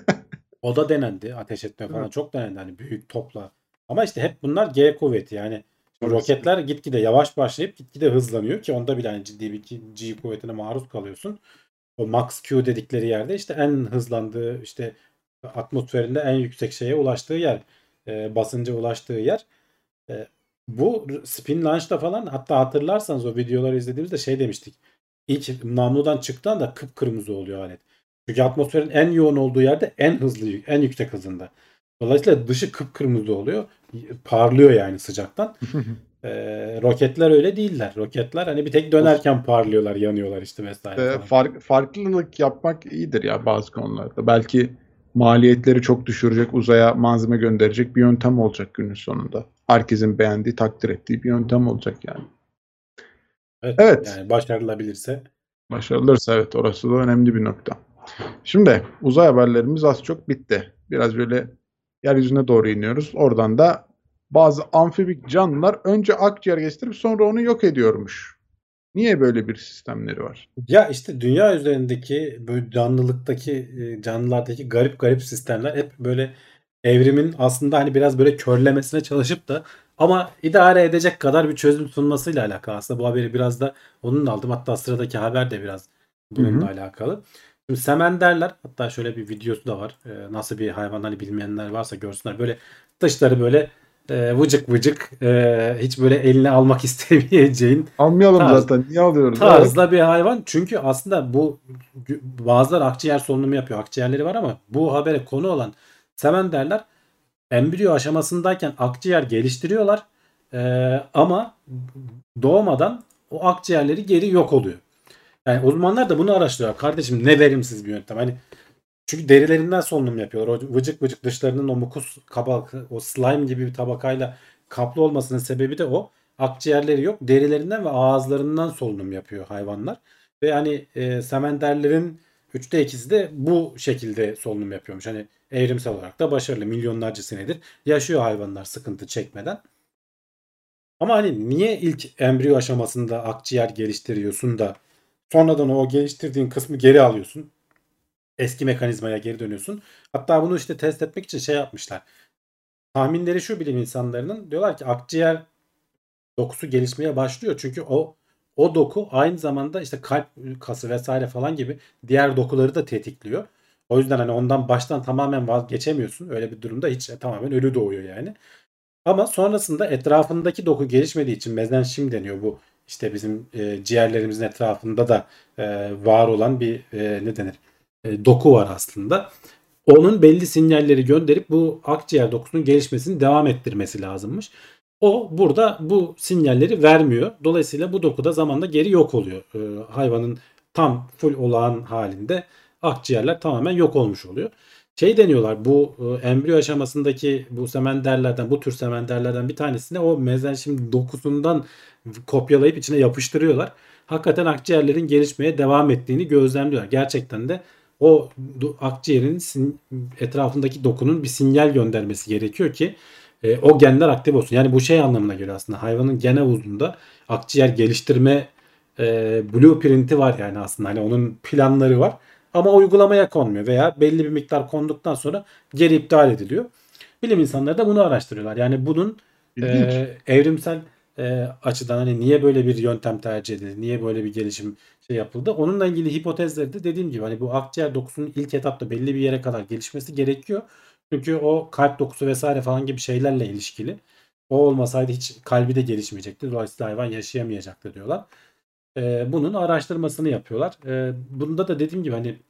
O da denendi. Ateş etme Değil mi? falan çok denendi. Hani büyük topla. Ama işte hep bunlar G kuvveti. Yani şimdi Tabii sıkıntı. roketler gitgide yavaş başlayıp gitgide hızlanıyor ki onda bile hani ciddi bir G kuvvetine maruz kalıyorsun. O Max Q dedikleri yerde işte en hızlandığı işte atmosferinde en yüksek şeye ulaştığı yer. Basınca ulaştığı yer. E, Bu spin launch'ta falan hatta hatırlarsanız o videoları izlediğimizde şey demiştik. İlk namludan çıktığında kıpkırmızı oluyor alet. Çünkü atmosferin en yoğun olduğu yerde en hızlı, en yüksek hızında. Dolayısıyla dışı kıpkırmızı oluyor. Parlıyor yani sıcaktan. Roketler öyle değiller. Roketler hani bir tek O dönerken parlıyorlar, yanıyorlar işte vesaire falan. farklılık yapmak iyidir ya bazı konularda. Belki maliyetleri çok düşürecek, uzaya malzeme gönderecek bir yöntem olacak günün sonunda. Herkesin beğendiği, takdir ettiği bir yöntem olacak yani. Evet Evet, yani başarılabilirse. başarılırsa evet orası da önemli bir nokta. Şimdi uzay haberlerimiz az çok bitti. Biraz böyle yeryüzüne doğru iniyoruz. Oradan da bazı amfibik canlılar önce akciğer geliştirip sonra onu yok ediyormuş. Niye böyle bir sistemleri var? Ya işte dünya üzerindeki böyle canlılıktaki canlılardaki garip garip sistemler hep böyle evrimin aslında hani biraz böyle körlemesine çalışıp da ama idare edecek kadar bir çözüm sunmasıyla alakalı. Aslında bu haberi biraz da onun aldım. Hatta sıradaki haber de biraz Hı bununla hı. alakalı. Şimdi semenderler hatta şöyle bir videosu da var. Nasıl bir hayvan hani bilmeyenler varsa görsünler. Böyle dışları böyle vıcık vıcık hiç böyle eline almak istemeyeceğin Almayalım tarz zaten. Niye alıyoruz? Evet. tarzda bir hayvan. Çünkü aslında bu bazıları akciğer solunumu yapıyor. Akciğerleri var ama bu habere konu olan semenderler embriyo aşamasındayken akciğer geliştiriyorlar. Ama doğmadan o akciğerleri geri yok oluyor. Yani uzmanlar da bunu araştırıyor. Kardeşim ne verimsiz bir yöntem. Hani çünkü derilerinden solunum yapıyorlar. O vıcık vıcık dışlarının o mukus kabak, o slime gibi bir tabakayla kaplı olmasının sebebi de o. Akciğerleri yok. Derilerinden ve ağızlarından solunum yapıyor hayvanlar. Ve hani semenderlerin 2/3'ü de bu şekilde solunum yapıyormuş. Hani evrimsel olarak da başarılı. Milyonlarca senedir yaşıyor hayvanlar sıkıntı çekmeden. Ama hani niye ilk embriyo aşamasında akciğer geliştiriyorsun da sonradan o geliştirdiğin kısmı geri alıyorsun? Eski mekanizmaya geri dönüyorsun. Hatta bunu işte test etmek için şey yapmışlar. Tahminleri şu bilim insanlarının diyorlar ki akciğer dokusu gelişmeye başlıyor. Çünkü o doku aynı zamanda işte kalp kası vesaire falan gibi diğer dokuları da tetikliyor. O yüzden hani ondan baştan tamamen vazgeçemiyorsun. Öyle bir durumda hiç tamamen ölü doğuyor yani. Ama sonrasında etrafındaki doku gelişmediği için mezenşim deniyor bu. İşte bizim ciğerlerimizin etrafında da var olan bir ne denir? Doku var aslında. Onun belli sinyalleri gönderip bu akciğer dokusunun gelişmesini devam ettirmesi lazımmış. O burada bu sinyalleri vermiyor. Dolayısıyla bu doku da zamanla geri yok oluyor. Hayvanın tam full olağan halinde akciğerler tamamen yok olmuş oluyor. Şey deniyorlar bu embriyo aşamasındaki bu semenderlerden, bu tür semenderlerden bir tanesine o mezenşim dokusundan kopyalayıp içine yapıştırıyorlar. Hakikaten akciğerlerin gelişmeye devam ettiğini gözlemliyorlar. Gerçekten de o akciğerin etrafındaki dokunun bir sinyal göndermesi gerekiyor ki o genler aktif olsun. Yani bu şey anlamına geliyor aslında. Hayvanın gen havuzunda akciğer geliştirme blueprint'i var yani aslında. Hani onun planları var. Ama uygulamaya konmuyor veya belli bir miktar konduktan sonra geri iptal ediliyor. Bilim insanları da bunu araştırıyorlar. Yani bunun İlginç. evrimsel açıdan hani niye böyle bir yöntem tercih edildi, niye böyle bir gelişim şey yapıldı. Onunla ilgili hipotezleri de dediğim gibi hani bu akciğer dokusunun ilk etapta belli bir yere kadar gelişmesi gerekiyor. Çünkü o kalp dokusu vesaire falan gibi şeylerle ilişkili. O olmasaydı hiç kalbi de gelişmeyecekti. Dolayısıyla hayvan yaşayamayacaktı diyorlar. Bunun araştırmasını yapıyorlar. Bunda da dediğim gibi hani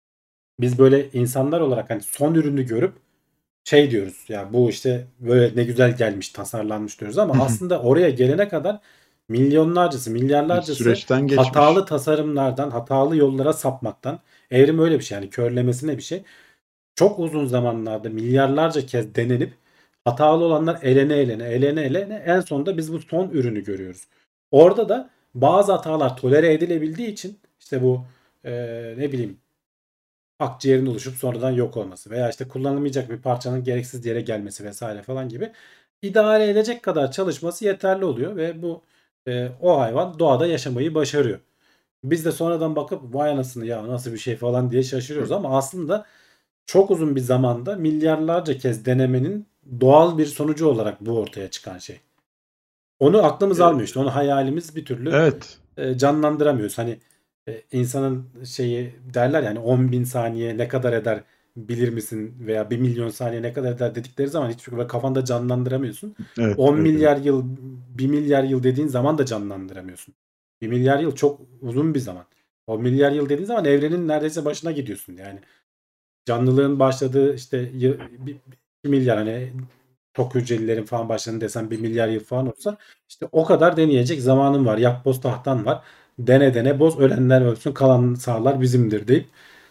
biz böyle insanlar olarak hani son ürünü görüp şey diyoruz ya bu işte böyle ne güzel gelmiş tasarlanmış diyoruz ama aslında oraya gelene kadar milyonlarcası Bir milyarlarcası süreçten geçmiş. hatalı tasarımlardan hatalı yollara sapmaktan evrim öyle bir şey yani körlemesine bir şey çok uzun zamanlarda milyarlarca kez denenip hatalı olanlar elene en sonunda biz bu son ürünü görüyoruz. Orada da bazı hatalar tolere edilebildiği için işte bu ne bileyim akciğerin oluşup sonradan yok olması veya işte kullanılmayacak bir parçanın gereksiz yere gelmesi vesaire falan gibi idare edecek kadar çalışması yeterli oluyor ve bu o hayvan doğada yaşamayı başarıyor. Biz de sonradan bakıp vay anasını ya nasıl bir şey falan diye şaşırıyoruz ama aslında çok uzun bir zamanda milyarlarca kez denemenin doğal bir sonucu olarak bu ortaya çıkan şey. Onu aklımız E, almıyor işte. Onu hayalimiz bir türlü Evet. canlandıramıyoruz. Hani insanın şeyi derler yani 10 bin saniye ne kadar eder bilir misin veya 1 milyon saniye ne kadar eder dedikleri zaman hiçbir şekilde kafanda canlandıramıyorsun. Evet. 10 Evet. Evet. milyar yıl 1 milyar yıl dediğin zaman da canlandıramıyorsun. 1 milyar yıl çok uzun bir zaman. 10 milyar yıl dediğin zaman evrenin neredeyse başına gidiyorsun yani. Canlılığın başladığı işte 1 milyar hani tok hücrelilerin falan başladığını desem 1 milyar yıl falan olsa işte o kadar deneyecek zamanım var. Yak boz tahtan var. Dene dene boz ölenler ölsün kalan sağlar bizimdir deyip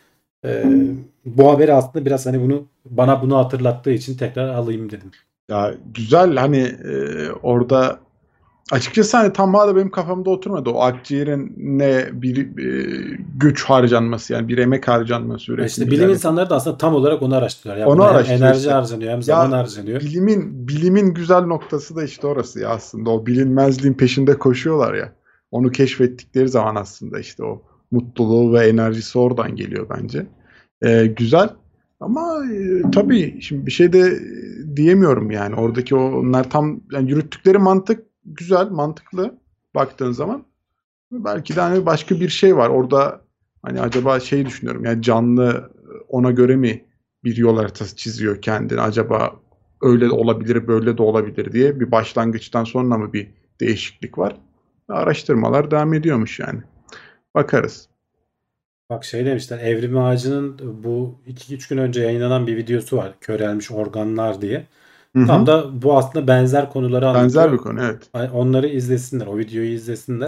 bu haberi aslında biraz hani bunu hatırlattığı için tekrar alayım dedim. Ya güzel hani orada açıkçası hani tam hala benim kafamda oturmadı. O akciğerin ne bir güç harcanması yani bir emek harcanması İşte üretim bilim ilerletim. insanları da aslında tam olarak onu araştırıyorlar. Ya Onu buna hem araştırıyor enerji işte. harcanıyor hem zaman Ya harcanıyor. bilimin güzel noktası da işte orası ya aslında. O bilinmezliğin peşinde koşuyorlar ya. Onu keşfettikleri zaman aslında işte o mutluluğu ve enerjisi oradan geliyor bence. Güzel ama tabii şimdi bir şey de diyemiyorum yani. Oradaki onlar tam yani yürüttükleri mantık güzel, mantıklı baktığın zaman. Belki de hani başka bir şey var. Orada hani acaba şey düşünüyorum. Yani canlı ona göre mi bir yol haritası çiziyor kendini? Acaba öyle de olabilir, böyle de olabilir diye bir başlangıçtan sonra mı bir değişiklik var? Araştırmalar devam ediyormuş yani. Bakarız. Bak şey demişler Evrim Ağacı'nın bu 2-3 gün önce yayınlanan bir videosu var. Körelmiş organlar diye. Hı Tam hı. da bu aslında benzer konuları Benzer bir anlatıyor. konu evet. Onları izlesinler. O videoyu izlesinler.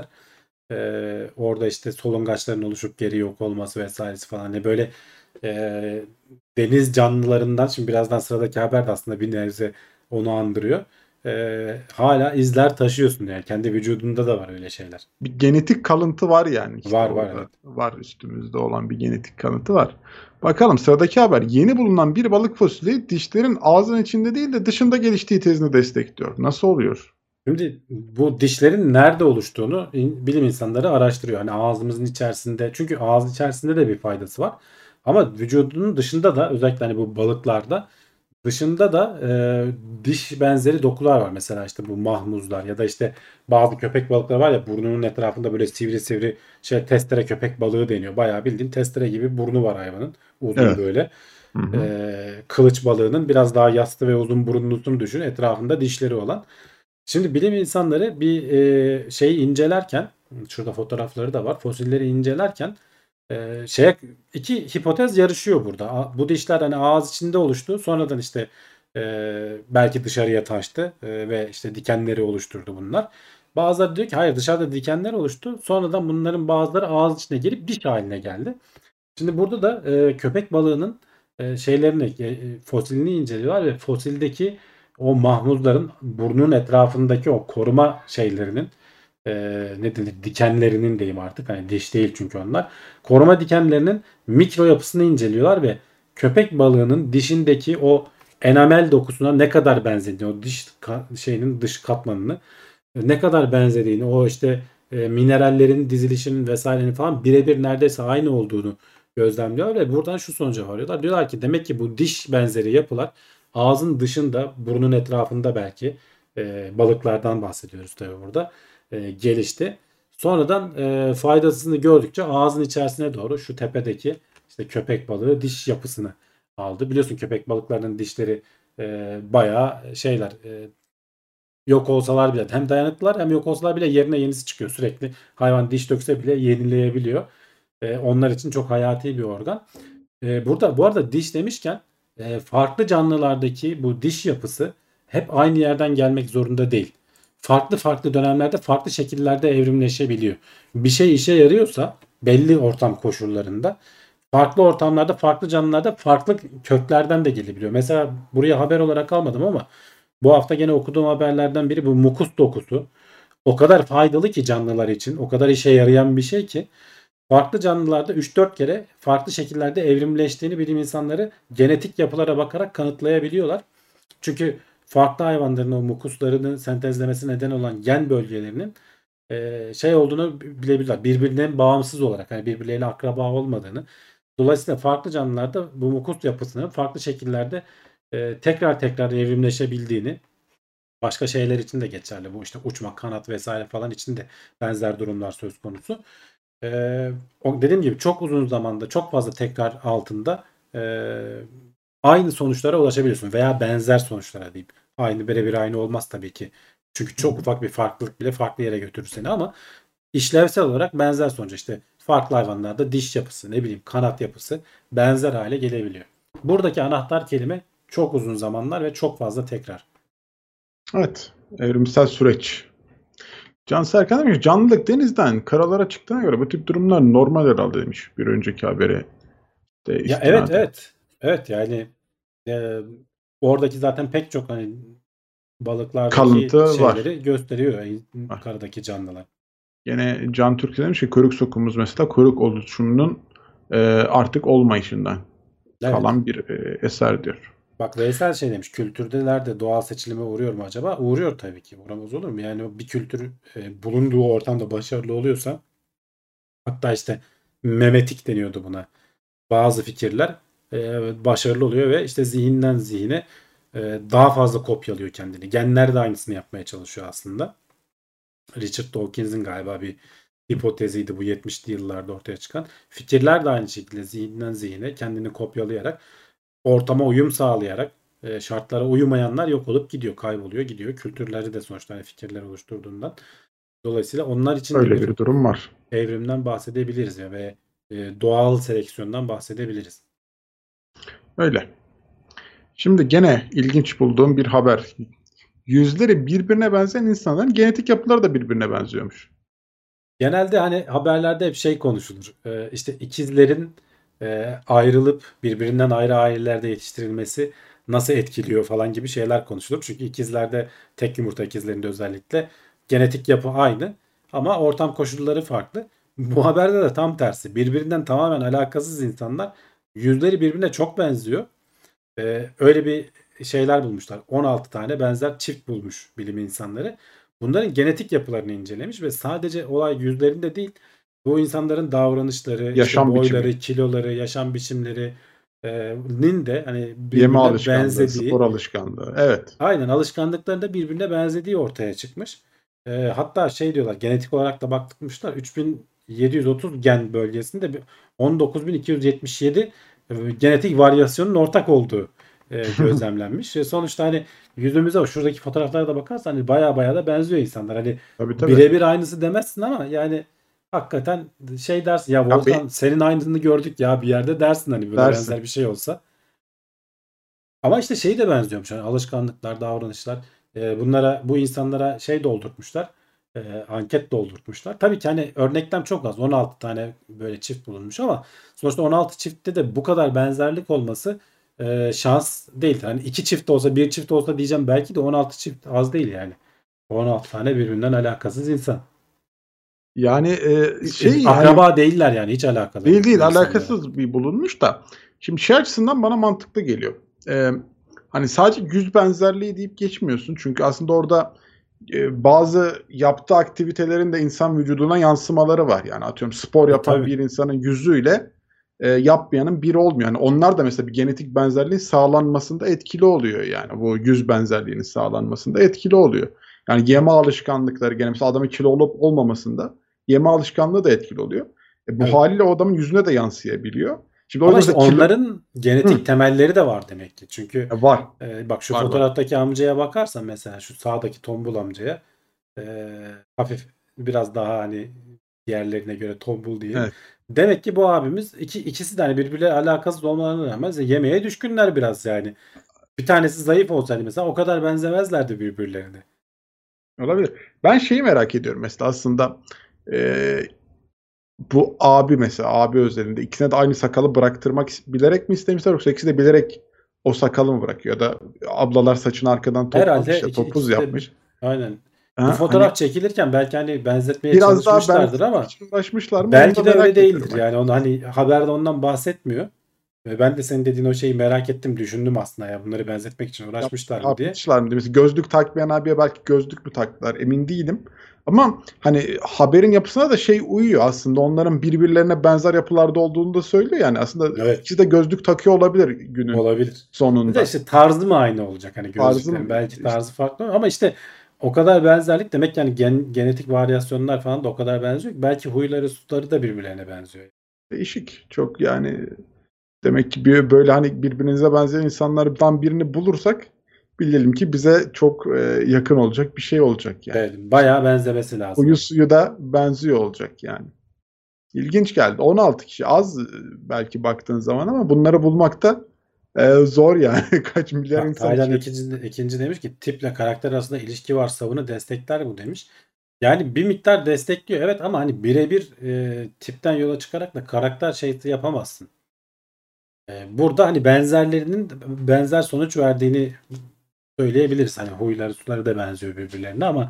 Orada işte solungaçların oluşup geri yok olması vesairesi falan. Hani böyle e, deniz canlılarından şimdi birazdan sıradaki haber de aslında bir nebze onu andırıyor. Hala izler taşıyorsun yani. Kendi vücudunda da var öyle şeyler. Bir genetik kalıntı var yani işte Var var orada. evet. Var üstümüzde olan bir genetik kalıntı var. Bakalım sıradaki haber. Yeni bulunan bir balık fosili dişlerin ağzın içinde değil de dışında geliştiği tezini destekliyor. Nasıl oluyor? Şimdi bu dişlerin nerede oluştuğunu bilim insanları araştırıyor. Hani ağzımızın içerisinde çünkü ağız içerisinde de bir faydası var. Ama vücudunun dışında da özellikle hani bu balıklarda dışında da diş benzeri dokular var. Mesela işte bu mahmuzlar ya da işte bazı köpek balıkları var ya burnunun etrafında böyle sivri sivri şey testere köpek balığı deniyor. Bayağı bildiğin testere gibi burnu var hayvanın. Uzun Evet. böyle. Hı hı. Kılıç balığının biraz daha yassı ve uzun burunlusunu düşün. Etrafında dişleri olan. Şimdi bilim insanları bir şeyi incelerken şurada fotoğrafları da var. Fosilleri incelerken şeye iki hipotez yarışıyor burada. Bu dişler hani ağız içinde oluştu. Sonradan işte belki dışarıya taştı ve işte dikenleri oluşturdu bunlar. Bazıları diyor ki hayır dışarıda dikenler oluştu. Sonradan bunların bazıları ağız içine gelip diş haline geldi. Şimdi burada da köpek balığının şeylerini fosilini inceliyorlar ve fosildeki o mahmuzların burnunun etrafındaki o koruma şeylerinin ne denir dikenlerinin diyeyim artık hani diş değil çünkü onlar koruma dikenlerinin mikro yapısını inceliyorlar ve köpek balığının dişindeki o enamel dokusuna ne kadar benzediğini o diş şeyinin dış katmanını ne kadar benzediğini o işte minerallerin dizilişinin vesairenin falan birebir neredeyse aynı olduğunu gözlemliyor ve buradan şu sonuca varıyorlar. Diyorlar ki demek ki bu diş benzeri yapılar ağzın dışında burnun etrafında belki balıklardan bahsediyoruz tabii burada gelişti. Sonradan faydasını gördükçe ağzın içerisine doğru şu tepedeki işte köpek balığı diş yapısını aldı. Biliyorsun köpek balıklarının dişleri bayağı şeyler yok olsalar bile hem dayanıklılar hem yok olsalar bile yerine yenisi çıkıyor sürekli. Hayvan diş dökse bile yenileyebiliyor. Onlar için çok hayati bir organ. Burada bu arada diş demişken farklı canlılardaki bu diş yapısı hep aynı yerden gelmek zorunda değil. Farklı farklı dönemlerde farklı şekillerde evrimleşebiliyor. Bir şey işe yarıyorsa belli ortam koşullarında farklı ortamlarda farklı canlılarda farklı köklerden de gelebiliyor. Mesela buraya haber olarak almadım ama bu hafta gene okuduğum haberlerden biri bu mukus dokusu. O kadar faydalı ki canlılar için, o kadar işe yarayan bir şey ki farklı canlılarda 3-4 kere farklı şekillerde evrimleştiğini bilim insanları genetik yapılara bakarak kanıtlayabiliyorlar. Çünkü farklı hayvanların o mukuslarını sentezlemesi neden olan gen bölgelerinin şey olduğunu bilebilirler. Birbirinden bağımsız olarak hani birbirleriyle akraba olmadığını. Dolayısıyla farklı canlılarda bu mukus yapısının farklı şekillerde tekrar tekrar evrimleşebildiğini başka şeyler için de geçerli. Bu işte uçmak, kanat vesaire falan için de benzer durumlar söz konusu. Dediğim gibi çok uzun zamanda çok fazla tekrar altında aynı sonuçlara ulaşabiliyorsun veya benzer sonuçlara diyeyim. Aynı birebir aynı olmaz tabii ki. Çünkü çok ufak bir farklılık bile farklı yere götürür seni ama işlevsel olarak benzer sonuç işte farklı hayvanlarda diş yapısı ne bileyim kanat yapısı benzer hale gelebiliyor. Buradaki anahtar kelime çok uzun zamanlar ve çok fazla tekrar. Evet. Evrimsel süreç. Can Serkan demiş canlılık denizden karalara çıktığına göre bu tip durumlar normal herhalde demiş bir önceki habere de Ya evet istinaden. evet. Evet yani e, oradaki zaten pek çok hani balıklardaki Kalıntı var. şeyleri gösteriyor Var. karadaki canlılar. Yine Can Türk demiş ki kuyruk sokumumuz mesela kuyruk oluşumunun artık olmayışından Evet. kalan bir eser diyor. Bak Veysel şey demiş kültürdeler de doğal seçilime uğruyor mu acaba? Uğruyor tabii ki. Uğramaz olur mu? Yani o bir kültür bulunduğu ortamda başarılı oluyorsa hatta işte memetik deniyordu buna. Bazı fikirler başarılı oluyor ve işte zihinden zihine daha fazla kopyalıyor kendini. Genler de aynısını yapmaya çalışıyor aslında. Richard Dawkins'in galiba bir hipoteziydi bu 70'li yıllarda ortaya çıkan. Fikirler de aynı şekilde zihinden zihine kendini kopyalayarak ortama uyum sağlayarak şartlara uymayanlar yok olup gidiyor, kayboluyor, gidiyor. Kültürleri de sonuçta hani fikirler oluşturduğundan. Dolayısıyla onlar için de Öyle bir bir durum var. evrimden bahsedebiliriz ya ve doğal seleksiyondan bahsedebiliriz. Öyle. Şimdi gene ilginç bulduğum bir haber. Yüzleri birbirine benzeyen insanların genetik yapıları da birbirine benziyormuş. Genelde hani haberlerde hep şey konuşulur. İşte ikizlerin ayrılıp birbirinden ayrı ailelerde yetiştirilmesi nasıl etkiliyor falan gibi şeyler konuşulur. Çünkü ikizlerde tek yumurta ikizlerinde özellikle genetik yapı aynı ama ortam koşulları farklı. Bu haberde de tam tersi. Birbirinden tamamen alakasız insanlar yüzleri birbirine çok benziyor. Öyle bir şeyler bulmuşlar. 16 tane benzer çift bulmuş bilim insanları. Bunların genetik yapılarını incelemiş ve sadece olay yüzlerinde değil, bu insanların davranışları, işte Yaşam biçimi, boyları, kiloları, yaşam biçimleri nin de hani yeme birbirine alışkanlığı, spor benzediği, alışkanlığı. Evet. aynen alışkanlıklarında birbirine benzediği ortaya çıkmış. Hatta şey diyorlar, genetik olarak da bakmışlar 3730 gen bölgesinde 19277 genetik varyasyonun ortak olduğu gözlemlenmiş. Sonuçta hani yüzümüze şuradaki fotoğraflara da bakarsan hani baya da benziyor insanlar. Hani Tabii tabii. birebir aynısı demezsin ama yani hakikaten şey dersin ya Ya Volkan senin aynısını gördük ya bir yerde dersin hani böyle dersin. benzer bir şey olsa. Ama işte şey de benziyormuş. Hani alışkanlıklar, davranışlar. Bu insanlara şey doldurtmuşlar. anket doldurtmuşlar. Tabii ki hani örneklem çok az. 16 tane böyle çift bulunmuş ama sonuçta 16 çiftte de bu kadar benzerlik olması şans değil. Hani 2 çift olsa, bir çift olsa diyeceğim, belki de 16 çift az değil yani. 16 tane birbirinden alakasız insan. Yani hani Akraba değiller yani, hiç alakalı değil bu insanlara. alakasız bir bulunmuş da. Şimdi şey açısından bana mantıklı geliyor. Hani sadece yüz benzerliği deyip geçmiyorsun. Çünkü aslında orada bazı yaptığı aktivitelerin de insan vücuduna yansımaları var. Yani atıyorum spor yapan Tabii. bir insanın yüzüyle yapmayanın biri olmuyor. Yani onlar da mesela bir genetik benzerliğin sağlanmasında etkili oluyor yani. Bu yüz benzerliğinin sağlanmasında etkili oluyor. Yani yeme alışkanlıkları, gene mesela adamın kilo olup olmamasında yeme alışkanlığı da etkili oluyor. Bu Evet. haliyle o adamın yüzüne de yansıyabiliyor. Şimdi Ama orada işte mesela onların genetik temelleri de var demek ki. Çünkü var. bak şu Var. fotoğraftaki amcaya bakarsan, mesela şu sağdaki tombul amcaya, hafif biraz daha hani diğerlerine göre tombul diyeyim. Evet. Demek ki bu abimiz ikisi de hani birbirleriyle alakasız olmalarına rağmen yemeğe düşkünler biraz yani. Bir tanesi zayıf olsaydı mesela o kadar benzemezlerdi birbirlerine. Olabilir. Ben şeyi merak ediyorum mesela aslında bu abi mesela abi özelinde ikisine de aynı sakalı bıraktırmak bilerek mi istemişler yoksa ikisi de bilerek o sakalı mı bırakıyor ya da ablalar saçını arkadan toplamış Herhalde ya topuz ikisi de yapmış. aynen. Bu Ha, hani fotoğraf çekilirken belki hani benzetmeye biraz daha çalışmışlardır benzetmek ama için uğraşmışlar mı onu da belki de öyle merak ediyorum. değildir. Yani onu hani haberde ondan bahsetmiyor. Ve ben de senin dediğin o şeyi merak ettim, düşündüm aslında, ya bunları benzetmek için uğraşmışlar mı diye. Yapmışlar mı? Mesela gözlük takmayan abiye belki gözlük mü taktılar emin değilim. Ama hani haberin yapısına da şey uyuyor aslında. Onların birbirlerine benzer yapılarda olduğunu da söylüyor. Yani aslında Evet, ikisi de gözlük takıyor olabilir günün olabilir. Bir de sonunda. işte tarzı mı aynı olacak hani gözlüklerin? Tarzım Belki işte tarzı farklı ama işte o kadar benzerlik demek yani genetik varyasyonlar falan da o kadar benziyor ki belki huyları, suları da birbirlerine benziyor. değişik. Çok yani demek ki böyle hani birbirinize benzeyen insanlardan birini bulursak bilelim ki bize çok yakın olacak bir şey olacak yani. Evet, bayağı benzemesi lazım Huyu ama. suyu da benziyor olacak yani. İlginç geldi. 16 kişi az belki baktığın zaman ama bunları bulmak da zor yani. Kaç milyar Bak insan Taylan içi. ikinci demiş ki tiple karakter arasında ilişki varsa bunu destekler bu demiş. Yani bir miktar destekliyor evet ama hani birebir tipten yola çıkarak da karakter şeyi yapamazsın. Burada hani benzerlerinin benzer sonuç verdiğini söyleyebiliriz. Hani huyları suları da benziyor birbirlerine ama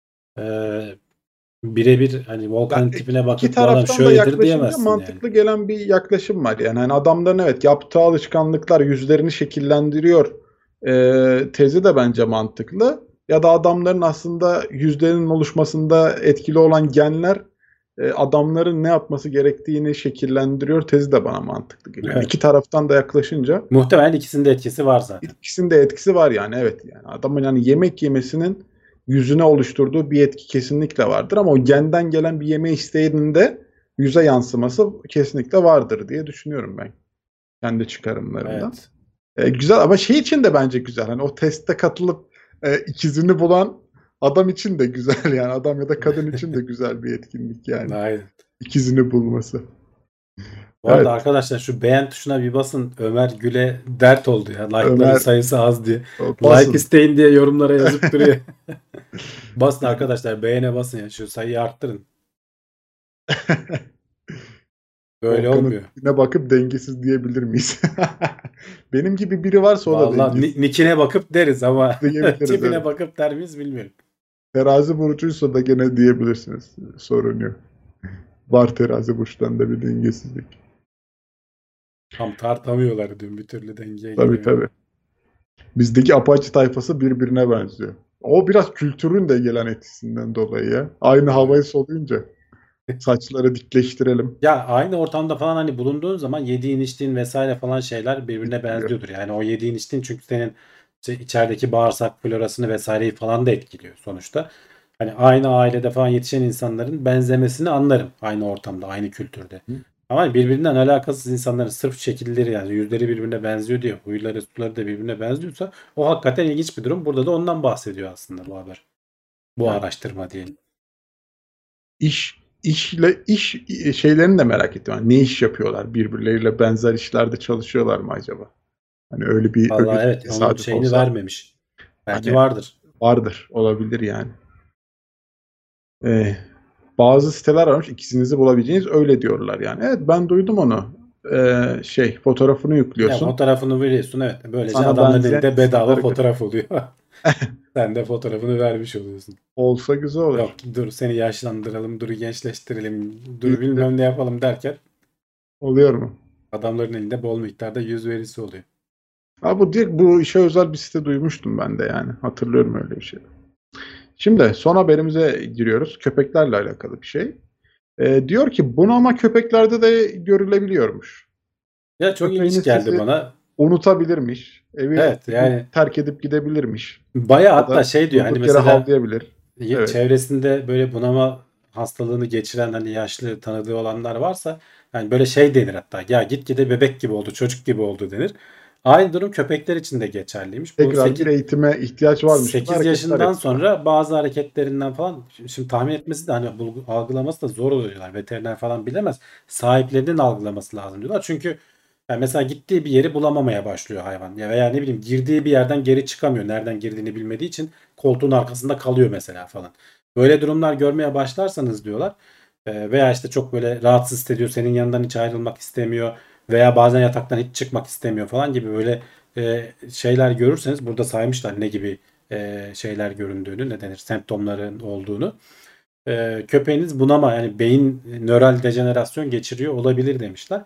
birebir hani Ya Volkan'ın tipine iki bakıp bu adam taraftan da şöyledir yaklaşınca diyemezsin yani. mantıklı gelen bir yaklaşım var. Yani adamların evet yaptığı alışkanlıklar yüzlerini şekillendiriyor tezi de bence mantıklı. Ya da adamların aslında yüzlerinin oluşmasında etkili olan genler adamların ne yapması gerektiğini şekillendiriyor tezi de bana mantıklı geliyor. Yani Evet. iki taraftan da yaklaşınca Muhtemelen ikisinde etkisi var zaten. ikisinin de etkisi var yani evet yani adamın yani yemek yemesinin yüzüne oluşturduğu bir etki kesinlikle vardır ama o genden gelen bir yeme isteğinin de yüze yansıması kesinlikle vardır diye düşünüyorum ben kendi çıkarımlarımdan. Evet. Güzel ama şey için de bence güzel hani o teste katılıp ikizini bulan adam için de güzel yani adam ya da kadın için de güzel bir etkinlik yani Aynen. ikizini bulması. Bu arada Evet arkadaşlar şu beğen tuşuna bir basın. Ömer Gül'e dert oldu ya. Like'ların Ömer sayısı az diye. Like basın. isteyin diye yorumlara yazıp duruyor. Basın arkadaşlar, beğene basın ya. Şu sayıyı arttırın. Böyle Volkan'ın olmuyor. tipine bakıp dengesiz diyebilir miyiz? Benim gibi biri varsa o da Vallahi dengesiz nickine bakıp deriz ama diyebiliriz. tipine Evet. bakıp der miyiz bilmiyorum. Terazi burcuysa da gene diyebilirsiniz. Sorun yok. Var terazi burçlarında bir dengesizlik. Tam tartamıyorlar dün, bir türlü dengeye Tabii gelemiyor. tabii. Bizdeki Apache tayfası birbirine benziyor. O biraz kültürün de gelen etkisinden dolayı ya. Aynı havayı soluyunca saçları dikleştirelim. Ya aynı ortamda falan hani bulunduğun zaman yediğin içtiğin vesaire falan şeyler birbirine Etkiliyor. benziyordur. Yani o yediğin içtiğin çünkü senin işte içerideki bağırsak florasını vesaireyi falan da etkiliyor sonuçta. Hani aynı ailede falan yetişen insanların benzemesini anlarım aynı ortamda, aynı kültürde. Hı. Ama hani birbirinden alakasız insanların sırf şekilleri, yani yüzleri birbirine benziyor diye huyları suları da birbirine benziyorsa o hakikaten ilginç bir durum. Burada da ondan bahsediyor aslında bu haber. Bu Yani araştırma diyelim. iş şeylerini de merak ettim. Yani ne iş yapıyorlar? Birbirleriyle benzer işlerde çalışıyorlar mı acaba? Hani öyle bir Vallahi evet, onun tesadüf şeyini olsa vermemiş. Belki hani vardır. vardır, olabilir yani. Bazı siteler varmış, ikisinizi bulabileceğiniz, öyle diyorlar yani. Evet, ben duydum onu. Fotoğrafını Ya yüklüyorsun. fotoğrafını veriyorsun, evet. Böylece Sana adamların benzeyen elinde bedava insanları fotoğraf oluyor. Sen de fotoğrafını vermiş oluyorsun. olsa güzel olur. Yok dur seni yaşlandıralım, dur gençleştirelim, dur İyi de bilmem ne yapalım derken oluyor mu? adamların elinde bol miktarda yüz verisi oluyor. Ha, bu işe özel bir site duymuştum ben de yani. Hatırlıyorum öyle bir şey. Şimdi son haberimize giriyoruz. Köpeklerle alakalı bir şey. Diyor ki bunama köpeklerde de görülebiliyormuş. Ya çok ilginç Köpeğiniz geldi sizi bana. unutabilirmiş. Evet Evi yani terk edip gidebilirmiş. bayağı, Ya hatta da şey diyor hani durduk yere mesela havlayabilir. Evet. çevresinde böyle bunama hastalığını geçiren hani yaşlı tanıdığı olanlar varsa yani böyle şey denir, hatta ya gitgide bebek gibi oldu, çocuk gibi oldu denir. Aynı durum köpekler için de geçerliymiş. Bu Tekrar bir eğitime ihtiyaç varmış gibi 8 hareketler yaşından yapıyorlar. sonra bazı hareketlerinden falan, şimdi tahmin etmesi de hani algılaması da zor oluyor diyorlar. Veteriner falan bilemez. Sahiplerinin algılaması lazım diyorlar. Çünkü yani mesela gittiği bir yeri bulamamaya başlıyor hayvan. Ya veya ne bileyim girdiği bir yerden geri çıkamıyor. Nereden girdiğini bilmediği için koltuğun arkasında kalıyor mesela falan. Böyle durumlar görmeye başlarsanız diyorlar. Veya işte çok böyle rahatsız hissediyor. Senin yanından hiç ayrılmak istemiyor. Veya bazen yataktan hiç çıkmak istemiyor falan gibi böyle şeyler görürseniz, burada saymışlar ne gibi şeyler göründüğünü, ne denir, semptomların olduğunu. Köpeğiniz bunama, yani beyin nöral dejenerasyon geçiriyor olabilir demişler.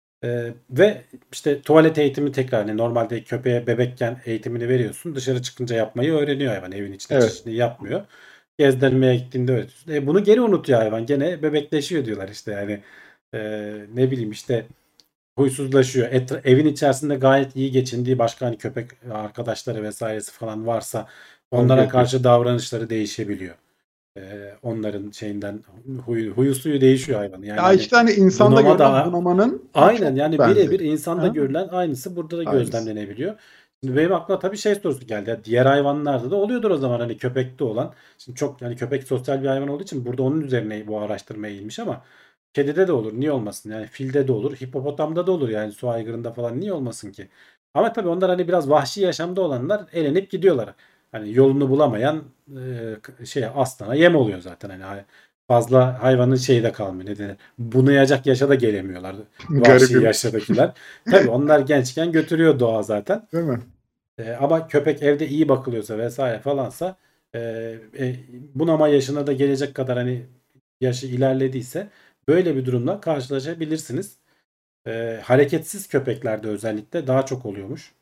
Ve işte tuvalet eğitimi tekrar, hani normalde köpeğe bebekken eğitimini veriyorsun. Dışarı çıkınca yapmayı öğreniyor hayvan. Evin içinde Evet. çişini yapmıyor. Gezdirmeye gittiğinde öğretiyorsun. Bunu geri unutuyor hayvan. Gene bebekleşiyor diyorlar işte yani. Ne bileyim işte huysuzlaşıyor. Evin içerisinde gayet iyi geçindiği başka hani köpek arkadaşları vesairesi falan varsa Kavga onlara ediyor. karşı davranışları değişebiliyor. Onların şeyinden huyu suyu değişiyor hayvanın. Yani Ya hani işte hani insanda bunama görülen da bunamanın aynen, çok yani birebir benzeri. insanda Ha? görülen aynısı burada da Aynısı. gözlemlenebiliyor. Şimdi benim aklıma tabii şey sorusu geldi. Ya diğer hayvanlarda da oluyordur o zaman, hani köpekte olan. Şimdi çok, yani köpek sosyal bir hayvan olduğu için burada onun üzerine bu araştırma eğilmiş ama kedide de olur. Niye olmasın? Yani filde de olur. Hipopotamda da olur, yani su aygırında falan niye olmasın ki? Ama tabii onlar hani biraz vahşi yaşamda olanlar elenip gidiyorlar. Hani yolunu bulamayan aslana yem oluyor zaten. Hani fazla hayvanın şeyi de kalmıyor. Ne denir? Bunayacak yaşa da gelemiyorlar. Vahşi Garibim. yaştakiler. Tabii onlar gençken götürüyor doğa zaten. Değil mi? Ama köpek evde iyi bakılıyorsa vesaire falansa e, bunama yaşına da gelecek kadar hani yaşı ilerlediyse böyle bir durumla karşılaşabilirsiniz. Hareketsiz köpeklerde özellikle daha çok oluyormuş.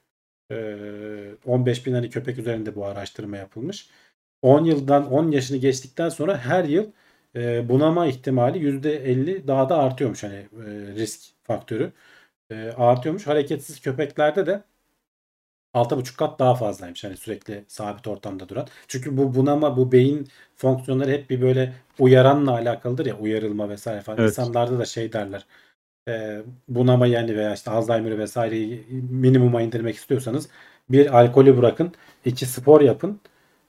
15 bin hani köpek üzerinde bu araştırma yapılmış. 10 yaşını geçtikten sonra her yıl bunama ihtimali %50 daha da artıyormuş, hani risk faktörü artıyormuş. Hareketsiz köpeklerde de 6,5 kat daha fazlaymış, hani sürekli sabit ortamda duran. Çünkü bu bunama, bu beyin fonksiyonları hep bir böyle uyaranla alakalıdır ya, uyarılma vesaire falan. Evet. İnsanlarda da şey derler. Bunama yani veya işte Alzheimer'ı vesaireyi minimuma indirmek istiyorsanız bir, alkolü bırakın, iki, spor yapın,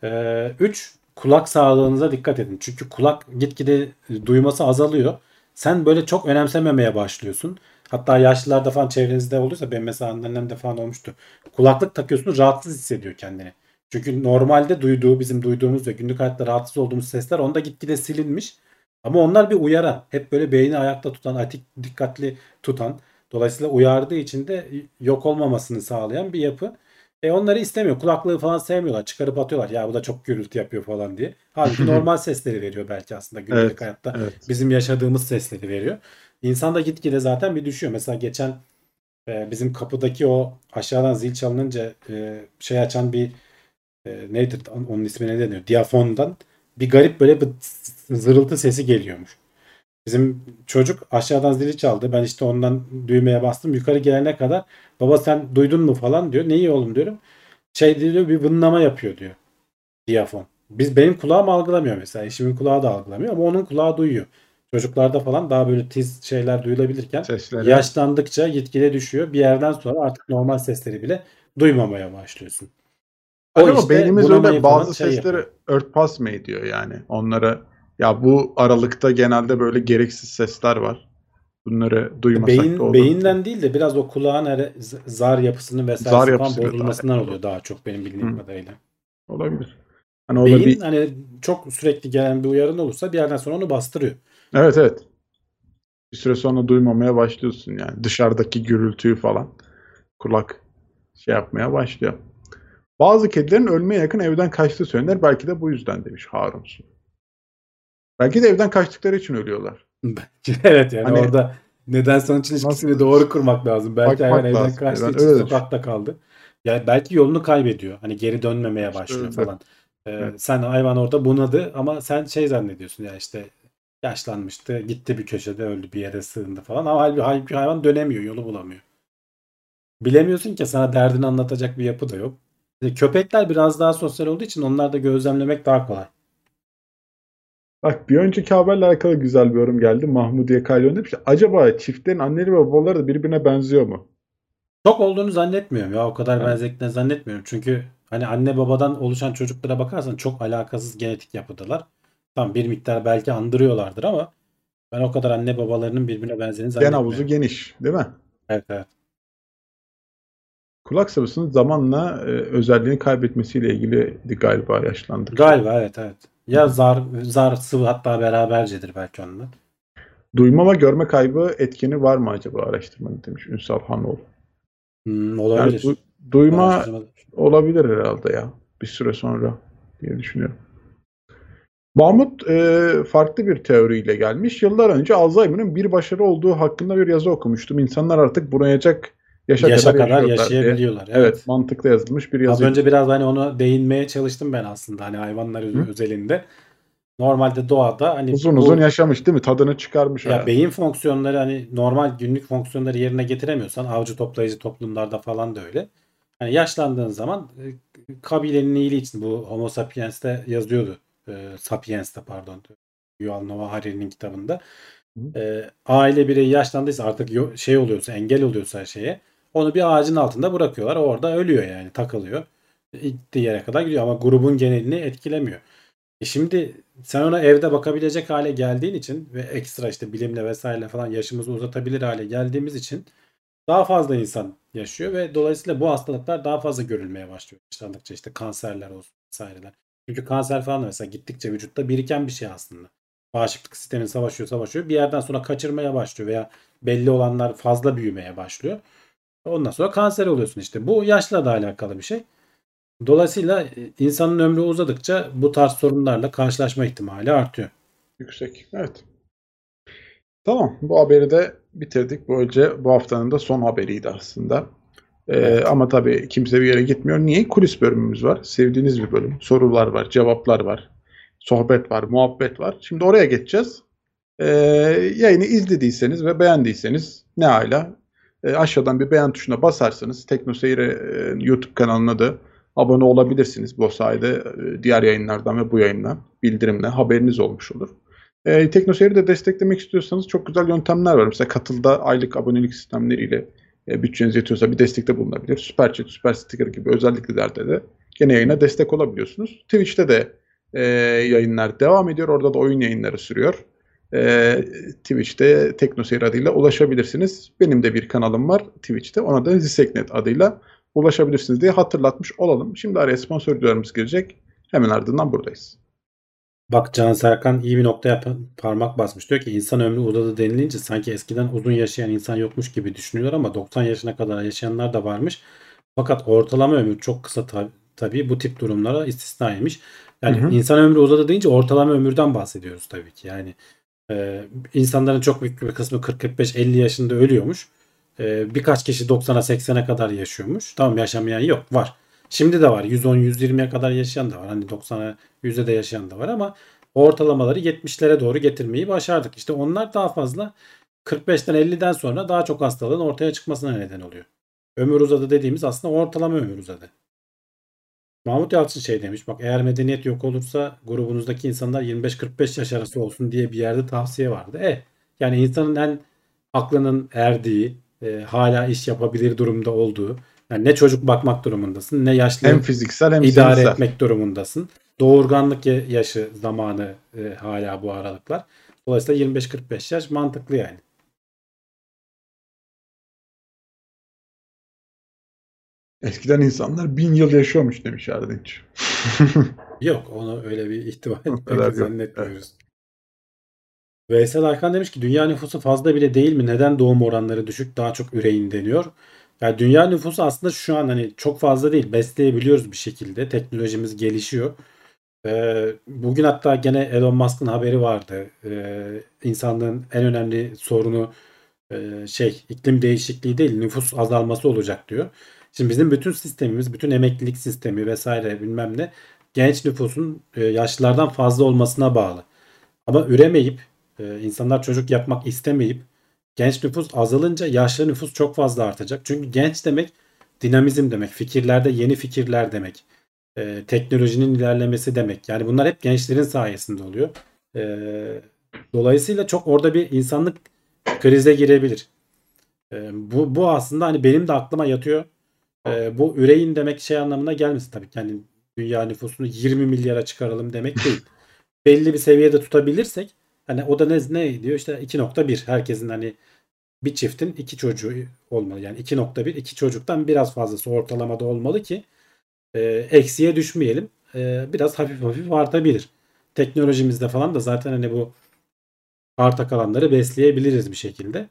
üç, kulak sağlığınıza dikkat edin. Çünkü kulak gitgide duyması azalıyor. Sen böyle çok önemsememeye başlıyorsun. Hatta yaşlılarda falan çevrenizde olursa, ben mesela annemde falan olmuştu. Kulaklık takıyorsun, rahatsız hissediyor kendini. Çünkü normalde bizim duyduğumuz ve günlük hayatta rahatsız olduğumuz sesler onda gitgide silinmiş. Ama onlar bir uyaran. Hep böyle beyni ayakta tutan, atik, dikkatli tutan. Dolayısıyla uyardığı için de yok olmamasını sağlayan bir yapı. Onları istemiyor. Kulaklığı falan sevmiyorlar. Çıkarıp atıyorlar. Ya bu da çok gürültü yapıyor falan diye. Halbuki normal sesleri veriyor belki aslında. Gündelik Evet. hayatta Evet. bizim yaşadığımız sesleri veriyor. İnsan da gitgide zaten bir düşüyor. Mesela geçen bizim kapıdaki o aşağıdan zil çalınınca şey açan bir neydi onun ismi, ne deniyor? Diyafondan bir garip böyle bir zırıltı sesi geliyormuş. Bizim çocuk aşağıdan zili çaldı. Ben işte ondan düğmeye bastım. Yukarı gelene kadar baba sen duydun mu falan diyor. Neyi oğlum diyorum. Şey diyor, bir vınlama yapıyor diyor. Diyafon. Benim kulağım algılamıyor mesela. Eşimin kulağı da algılamıyor ama onun kulağı duyuyor. Çocuklarda falan daha böyle tiz şeyler duyulabilirken Sesleri. yaşlandıkça gitgide düşüyor. Bir yerden sonra artık normal sesleri bile duymamaya başlıyorsun. O Acaba işte beynimiz bunamayı öyle falan bazı şey yapıyor. sesleri örtbas mı ediyor yani? Onları, ya bu aralıkta genelde böyle gereksiz sesler var. Bunları duymasak da olur diye. Beyinden değil de biraz o kulağın zar yapısının Zar vesairesi falan yapısıyla da bozulmasından alakalı. oluyor daha çok, benim bildiğim Hı, kadarıyla. olabilir. Hani o da Beyin bir hani çok sürekli gelen bir uyarın olursa bir yerden sonra onu bastırıyor. evet evet. Bir süre sonra duymamaya başlıyorsun yani. Dışarıdaki gürültüyü falan kulak şey yapmaya başlıyor. Bazı kedilerin ölmeye yakın evden kaçtığı söylenir. Belki de bu yüzden demiş Harun Su. Belki de evden kaçtıkları için ölüyorlar. Belki evet yani Hani orada neden sonuç ilişkisini nasıl doğru kurmak lazım. Belki hayvan bakmak evden lazım. Yani kaçtığı ben için öyle de düşünüyorum. sokakta kaldı. Yani belki yolunu kaybediyor. Hani geri dönmemeye İşte başlıyor öldü. falan. Evet. Sen hayvan orada bunadı ama sen şey zannediyorsun ya işte yaşlanmıştı, gitti bir köşede öldü bir yere sığındı falan ama halbuki hayvan dönemiyor, yolu bulamıyor. Bilemiyorsun ki sana derdini anlatacak bir yapı da yok. Köpekler biraz daha sosyal olduğu için onlarda gözlemlemek daha kolay. Bak bir önceki haberle alakalı güzel bir yorum geldi. Mahmudiye Kalyon demiş ki, acaba çiftlerin anneleri ve babaları da birbirine benziyor mu? Çok olduğunu zannetmiyorum ya. O kadar Yani benzeklerini zannetmiyorum. Çünkü hani anne babadan oluşan çocuklara bakarsan çok alakasız genetik yapıdalar. Tamam bir miktar belki andırıyorlardır ama ben o kadar anne babalarının birbirine benzediğini gen havuzu zannetmiyorum. geniş, değil mi? Evet evet. Kulak sıvısının zamanla özelliğini kaybetmesiyle ilgili galiba yaşlandıkça. Galiba evet evet. Hı Ya hı. zar sıvı hatta berabercedir belki onunla. Duyma ve görme kaybı etkeni var mı acaba araştırmada demiş Ünsal Hanoğlu. Yani Olabilir. duyma Araştırma. olabilir herhalde ya bir süre sonra diye düşünüyorum. Mahmut farklı bir teoriyle gelmiş. Yıllar önce Alzheimer'ın bir başarı olduğu hakkında bir yazı okumuştum. İnsanlar artık bunayacak yaşa kadar Yaşa kadar yaşıyorlar diye. yaşayabiliyorlar. Evet, Evet. mantıklı yazılmış bir Az yazıydı. önce biraz hani onu değinmeye çalıştım ben aslında hani hayvanlar Hı? özelinde. Normalde doğada hani Uzun uzun bu yaşamış değil mi? Tadını çıkarmış ya hayat. beyin fonksiyonları hani normal günlük fonksiyonları yerine getiremiyorsan avcı toplayıcı toplumlarda falan da öyle. Hani yaşlandığın zaman kabilenin iyiliği için bu Homo sapiens'te yazıyordu. Sapiens'te pardon. Yuval Noah Harari'nin kitabında. Hı. Aile bireyi yaşlandıysa artık şey oluyorsa engel oluyorsa her şeye onu bir ağacın altında bırakıyorlar. Orada ölüyor yani takılıyor. Gittiği yere kadar gidiyor ama grubun genelini etkilemiyor. Şimdi sen ona evde bakabilecek hale geldiğin için ve ekstra işte bilimle vesaire falan yaşımızı uzatabilir hale geldiğimiz için daha fazla insan yaşıyor ve dolayısıyla bu hastalıklar daha fazla görülmeye başlıyor. Yaşlandıkça işte kanserler olsun vesaireler. Çünkü kanser falan da mesela gittikçe vücutta biriken bir şey aslında. Bağışıklık sistemin savaşıyor. Bir yerden sonra kaçırmaya başlıyor veya belli olanlar fazla büyümeye başlıyor. Ondan sonra kanser oluyorsun işte. Bu yaşla da alakalı bir şey. Dolayısıyla insanın ömrü uzadıkça bu tarz sorunlarla karşılaşma ihtimali artıyor. Yüksek. Evet. Tamam. Bu haberi de bitirdik. Böylece bu haftanın da son haberiydi aslında. Evet. Ama tabii kimse bir yere gitmiyor. Niye? Kulis bölümümüz var. Sevdiğiniz bir bölüm. Sorular var, cevaplar var, sohbet var, muhabbet var. Şimdi oraya geçeceğiz. Ee, Yayını izlediyseniz ve beğendiyseniz ne âlâ. Aşağıdan bir beğen tuşuna basarsanız TeknoSeyir YouTube kanalına da abone olabilirsiniz. Bu sayede diğer yayınlardan ve bu yayından bildirimle haberiniz olmuş olur. TeknoSeyir'i de desteklemek istiyorsanız çok güzel yöntemler var. Mesela Katıl'da aylık abonelik sistemleriyle bütçeniz yetiyorsa bir destekte bulunabilir. Süper Chat, Süper Sticker gibi özelliklerde de gene yayına destek olabiliyorsunuz. Twitch'te de yayınlar devam ediyor. Orada da oyun yayınları sürüyor. Twitch'te TeknoSeyir adıyla ulaşabilirsiniz. Benim de bir kanalım var Twitch'te. Ona da Ziseknet adıyla ulaşabilirsiniz diye hatırlatmış olalım. Şimdi araya sponsor videolarımız girecek. Hemen ardından buradayız. Bak Can Serkan iyi bir noktaya parmak basmış. Diyor ki insan ömrü uzadı denilince sanki eskiden uzun yaşayan insan yokmuş gibi düşünüyorlar ama 90 yaşına kadar yaşayanlar da varmış. Fakat ortalama ömür çok kısa tabii bu tip durumlara istisnaymış. Hı Yani hı. insan ömrü uzadı deyince ortalama ömürden bahsediyoruz tabii ki. Yani insanların çok büyük bir kısmı 40-45-50 yaşında ölüyormuş. Birkaç kişi 90'a 80'e kadar yaşıyormuş. Tamam yaşamayan yok var. Şimdi de var 110-120'ye kadar yaşayan da var. Hani 90'a 100'e de yaşayan da var ama ortalamaları 70'lere doğru getirmeyi başardık. İşte onlar daha fazla 45'ten 50'den sonra daha çok hastalığın ortaya çıkmasına neden oluyor. Ömür uzadı dediğimiz aslında ortalama ömür uzadı. Mahmut Yalçın şey demiş bak eğer medeniyet yok olursa grubunuzdaki insanlar 25-45 yaş arası olsun diye bir yerde tavsiye vardı. Yani insanın en aklının erdiği hala iş yapabilir durumda olduğu yani ne çocuk bakmak durumundasın ne Hem yaşlı fiziksel hem idare zihinsel. etmek durumundasın. Doğurganlık yaşı zamanı hala bu aralıklar. Dolayısıyla 25-45 yaş mantıklı yani. Eskiden insanlar 1000 yıl yaşıyormuş demiş Erdinç. Yok, onu öyle bir ihtimal O pek kadar yok. zannetmiyoruz. Veysel Arkan demiş ki dünya nüfusu fazla bile değil mi? Neden doğum oranları düşük? Daha çok üreyin deniyor. Yani dünya nüfusu aslında şu an hani çok fazla değil. Besleyebiliyoruz bir şekilde. Teknolojimiz gelişiyor. Bugün hatta gene Elon Musk'ın haberi vardı. İnsanlığın en önemli sorunu iklim değişikliği değil, nüfus azalması olacak diyor. Şimdi bizim bütün sistemimiz, bütün emeklilik sistemi vesaire bilmem ne genç nüfusun yaşlılardan fazla olmasına bağlı. Ama üremeyip insanlar çocuk yapmak istemeyip genç nüfus azalınca yaşlı nüfus çok fazla artacak. Çünkü genç demek dinamizm demek, fikirlerde yeni fikirler demek, teknolojinin ilerlemesi demek. Yani bunlar hep gençlerin sayesinde oluyor. E, Dolayısıyla çok orada bir insanlık krize girebilir. Bu aslında hani benim de aklıma yatıyor. Bu üreyin demek şey anlamına gelmesin tabii ki. Yani dünya nüfusunu 20 milyara çıkaralım demek değil. Belli bir seviyede tutabilirsek hani o da ne diyor işte 2,1 herkesin hani bir çiftin iki çocuğu olmalı. Yani 2,1 iki çocuktan biraz fazlası ortalamada olmalı ki eksiye düşmeyelim. Biraz hafif hafif artabilir. Teknolojimizde falan da zaten hani bu arta kalanları besleyebiliriz bir şekilde.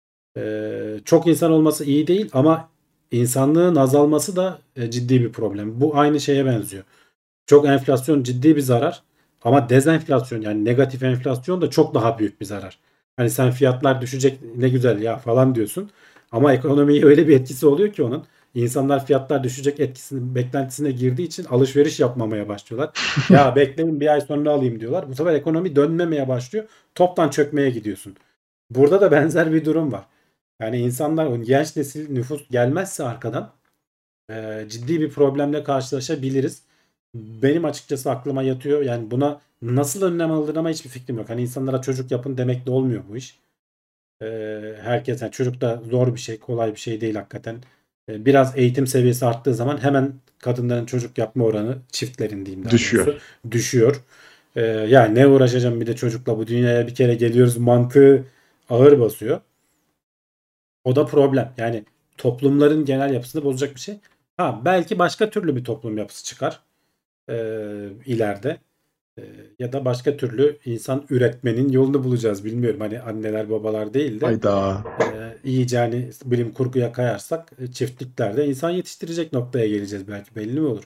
Çok insan olması iyi değil ama insanlığın azalması da ciddi bir problem. Bu aynı şeye benziyor. Çok enflasyon ciddi bir zarar ama dezenflasyon yani negatif enflasyon da çok daha büyük bir zarar. Hani sen fiyatlar düşecek ne güzel ya falan diyorsun ama ekonomiye öyle bir etkisi oluyor ki onun. İnsanlar fiyatlar düşecek etkisinin beklentisine girdiği için alışveriş yapmamaya başlıyorlar. Ya bekleyin bir ay sonra alayım diyorlar. Bu sefer ekonomi dönmemeye başlıyor. Toptan çökmeye gidiyorsun. Burada da benzer bir durum var. Yani insanlar o genç nesil nüfus gelmezse arkadan ciddi bir problemle karşılaşabiliriz. Benim açıkçası aklıma yatıyor. Yani buna nasıl önlem alınır ama hiçbir fikrim yok. Hani insanlara çocuk yapın demek de olmuyor bu iş. Herkes yani çocuk da zor bir şey, kolay bir şey değil hakikaten. Biraz eğitim seviyesi arttığı zaman hemen kadınların çocuk yapma oranı çiftlerin diyeyim daha doğrusu Düşüyor. düşüyor. Yani ne uğraşacağım bir de çocukla bu dünyaya bir kere geliyoruz mantığı ağır basıyor. O da problem. Yani toplumların genel yapısını bozacak bir şey. Ha belki başka türlü bir toplum yapısı çıkar ileride. E, Ya da başka türlü insan üretmenin yolunu bulacağız. Bilmiyorum hani anneler babalar değil de Hayda. iyice hani bilim kurguya kayarsak çiftliklerde insan yetiştirecek noktaya geleceğiz belki belli mi olur?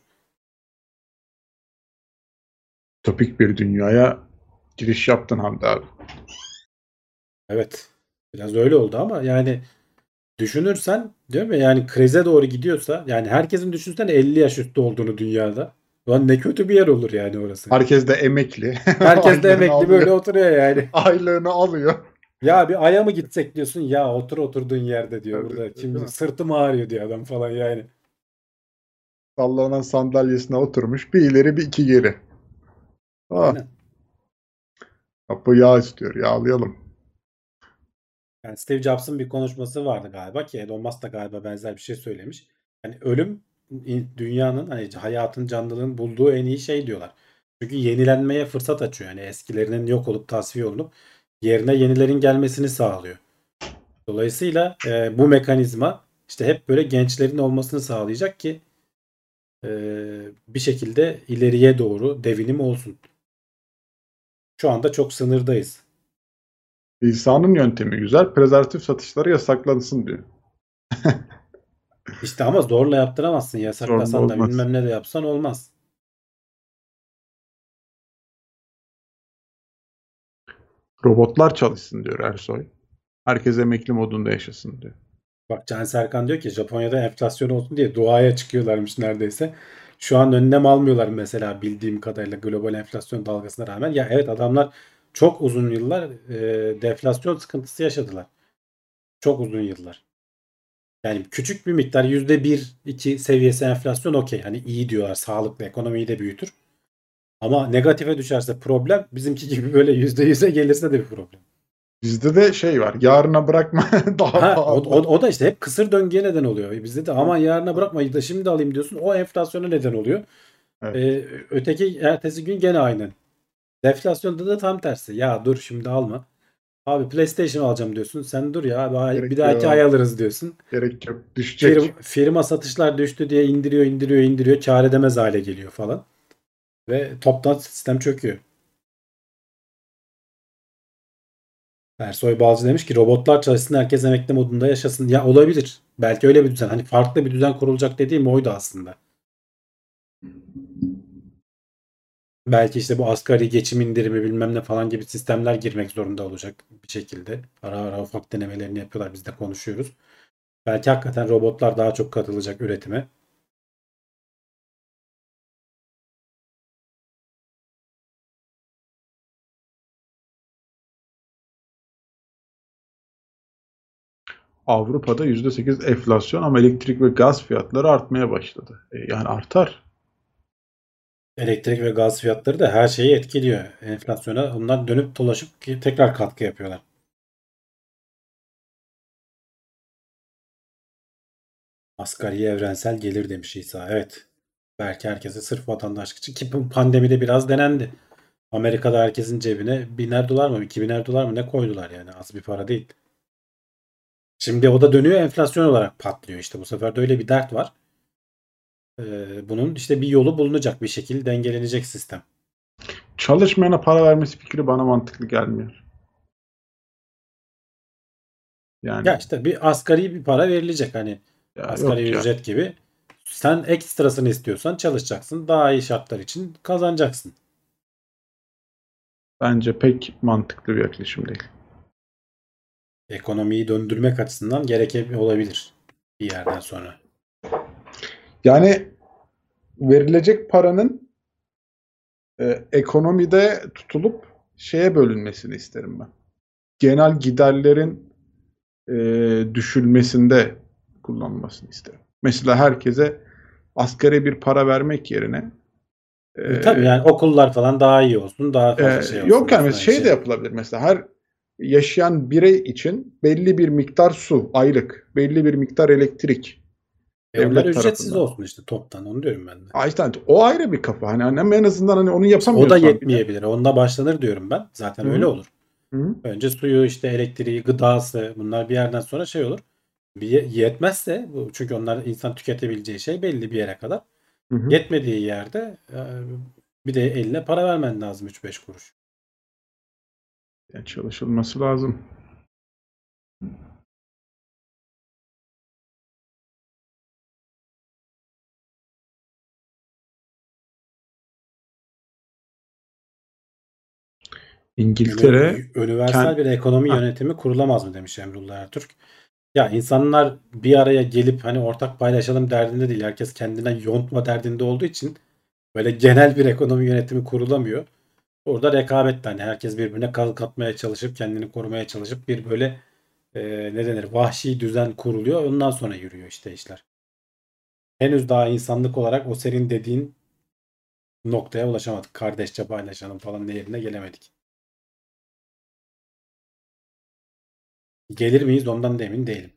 Topik bir dünyaya giriş yaptın Hamdi abi. Evet. Biraz öyle oldu ama yani düşünürsen değil mi? Yani krize doğru gidiyorsa yani herkesin düşünsene 50 yaş üstü olduğunu dünyada. Ulan ne kötü bir yer olur yani orası. Herkes de emekli. Herkes de Aylığını emekli böyle alıyor. oturuyor yani. Aylığını alıyor. Ya bir aya mı gitsek diyorsun ya otur oturduğun yerde diyor Tabii, burada. değil Şimdi mi? sırtım ağrıyor diyor adam falan yani. Sallanan sandalyesine oturmuş. Bir ileri bir iki geri. Ah, Aynen. kapı yağ istiyor. Yağlayalım. Yani Steve Jobs'ın bir konuşması vardı galiba ki Elon Musk da galiba benzer bir şey söylemiş. Yani ölüm dünyanın hani hayatın canlılığın bulduğu en iyi şey diyorlar. Çünkü yenilenmeye fırsat açıyor. Yani eskilerinin yok olup tasfiye olup yerine yenilerin gelmesini sağlıyor. Dolayısıyla bu mekanizma işte hep böyle gençlerin olmasını sağlayacak ki e, bir şekilde ileriye doğru devinim olsun. Şu anda çok sınırdayız. İsa'nın yöntemi güzel. Prezervatif satışları yasaklansın diyor. İşte ama zorla yaptıramazsın. Zorla Yasaklasan da olmaz. bilmem ne de yapsan olmaz. Robotlar çalışsın diyor Ersoy. Herkes emekli modunda yaşasın diyor. Bak Can Serkan diyor ki Japonya'da enflasyon olsun diye duaya çıkıyorlarmış neredeyse. Şu an önlem almıyorlar mesela bildiğim kadarıyla global enflasyon dalgasına rağmen. Ya evet adamlar çok uzun yıllar deflasyon sıkıntısı yaşadılar. Çok uzun yıllar. Yani küçük bir miktar %1-2 seviyesi enflasyon okey. Hani iyi diyorlar sağlıklı ekonomiyi de büyütür. Ama negatife düşerse problem bizimki gibi böyle %100'e gelirse de bir problem. Bizde de şey var. Yarına bırakma daha Ha pahalı. o da işte hep kısır döngüye neden oluyor. Bizde de aman yarına bırakma da şimdi alayım diyorsun. O enflasyona neden oluyor. Evet. Öteki ertesi gün gene aynı. Deflasyonda da tam tersi. Ya dur şimdi alma. Abi PlayStation alacağım diyorsun. Sen dur ya abi bir Gerek dahaki ay yok. alırız diyorsun. Gerek yok. Düşecek. Firma satışlar düştü diye indiriyor. Kâr edemez hale geliyor falan. Ve toptan sistem çöküyor. Ersoy Balcı demiş ki robotlar çalışsın herkes emekli modunda yaşasın. Ya olabilir. Belki öyle bir düzen. Hani farklı bir düzen kurulacak dediğim oydu aslında. Belki işte bu asgari geçim indirimi bilmem ne falan gibi sistemler girmek zorunda olacak bir şekilde. Ara ara ufak denemelerini yapıyorlar. Biz de konuşuyoruz. Belki hakikaten robotlar daha çok katılacak üretime. Avrupa'da %8 enflasyon ama elektrik ve gaz fiyatları artmaya başladı. Yani artar. Elektrik ve gaz fiyatları da her şeyi etkiliyor. Enflasyona onlar dönüp dolaşıp tekrar katkı yapıyorlar. Asgari evrensel gelir demiş İsa. Evet. Belki herkese sırf vatandaşlık için ki bu pandemide biraz denendi. Amerika'da herkesin cebine biner dolar mı 2000'er dolar mı ne koydular yani az bir para değil. Şimdi o da dönüyor enflasyon olarak patlıyor işte bu sefer de öyle bir dert var. Bunun işte bir yolu bulunacak bir şekilde dengelenecek sistem. Çalışmayana para vermesi fikri bana mantıklı gelmiyor. Ya Yani işte bir asgari bir para verilecek hani ya asgari yok ya. ücret gibi. Sen ekstrasını istiyorsan çalışacaksın. Daha iyi şartlar için kazanacaksın. Bence pek mantıklı bir yaklaşım değil. Ekonomiyi döndürmek açısından gerekli olabilir bir yerden sonra. Yani verilecek paranın ekonomide tutulup şeye bölünmesini isterim ben. Genel giderlerin düşülmesinde kullanılmasını isterim. Mesela herkese asgari bir para vermek yerine Tabii yani okullar falan daha iyi olsun, daha fazla şey olsun yok yani diyorsun aynı şey de şey. yapılabilir mesela her yaşayan birey için belli bir miktar su aylık, belli bir miktar elektrik Onlar devlet ücretsiz tarafından. olsun işte toptan onu diyorum ben de. İşte o ayrı bir kafa. Hani ama en azından hani onu İşte o da yapamıyorsan bile. yetmeyebilir. Onunla başlanır diyorum ben. Zaten Hı öyle hı. olur. Hı Önce suyu işte elektriği, gıdası bunlar bir yerden sonra şey olur. Bir yetmezse bu çünkü onlar insan tüketebileceği şey belli bir yere kadar. hı. Hı. Yetmediği yerde bir de eline para vermen lazım 3-5 kuruş. Yani çalışılması lazım. İngiltere Universal kend bir ekonomi ha, yönetimi kurulamaz mı demiş Emrullah Ertürk. Ya insanlar bir araya gelip hani ortak paylaşalım derdinde değil. Herkes kendine yontma derdinde olduğu için böyle genel bir ekonomi yönetimi kurulamıyor. Orada rekabet hani herkes birbirine katmaya çalışıp kendini korumaya çalışıp bir böyle ne denir vahşi düzen kuruluyor. Ondan sonra yürüyor işte işler. Henüz daha insanlık olarak o senin dediğin noktaya ulaşamadık. Kardeşçe paylaşalım falan yerine gelemedik. Gelir miyiz ondan da emin değilim.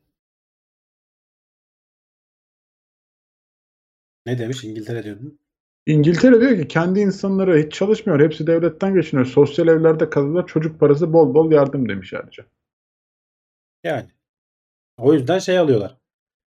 Ne demiş İngiltere diyordun? İngiltere diyor ki kendi insanları hiç çalışmıyor. Hepsi devletten geçiniyor. Sosyal evlerde kalırlar. Çocuk parası bol bol yardım demiş ayrıca. Yani o yüzden şey alıyorlar.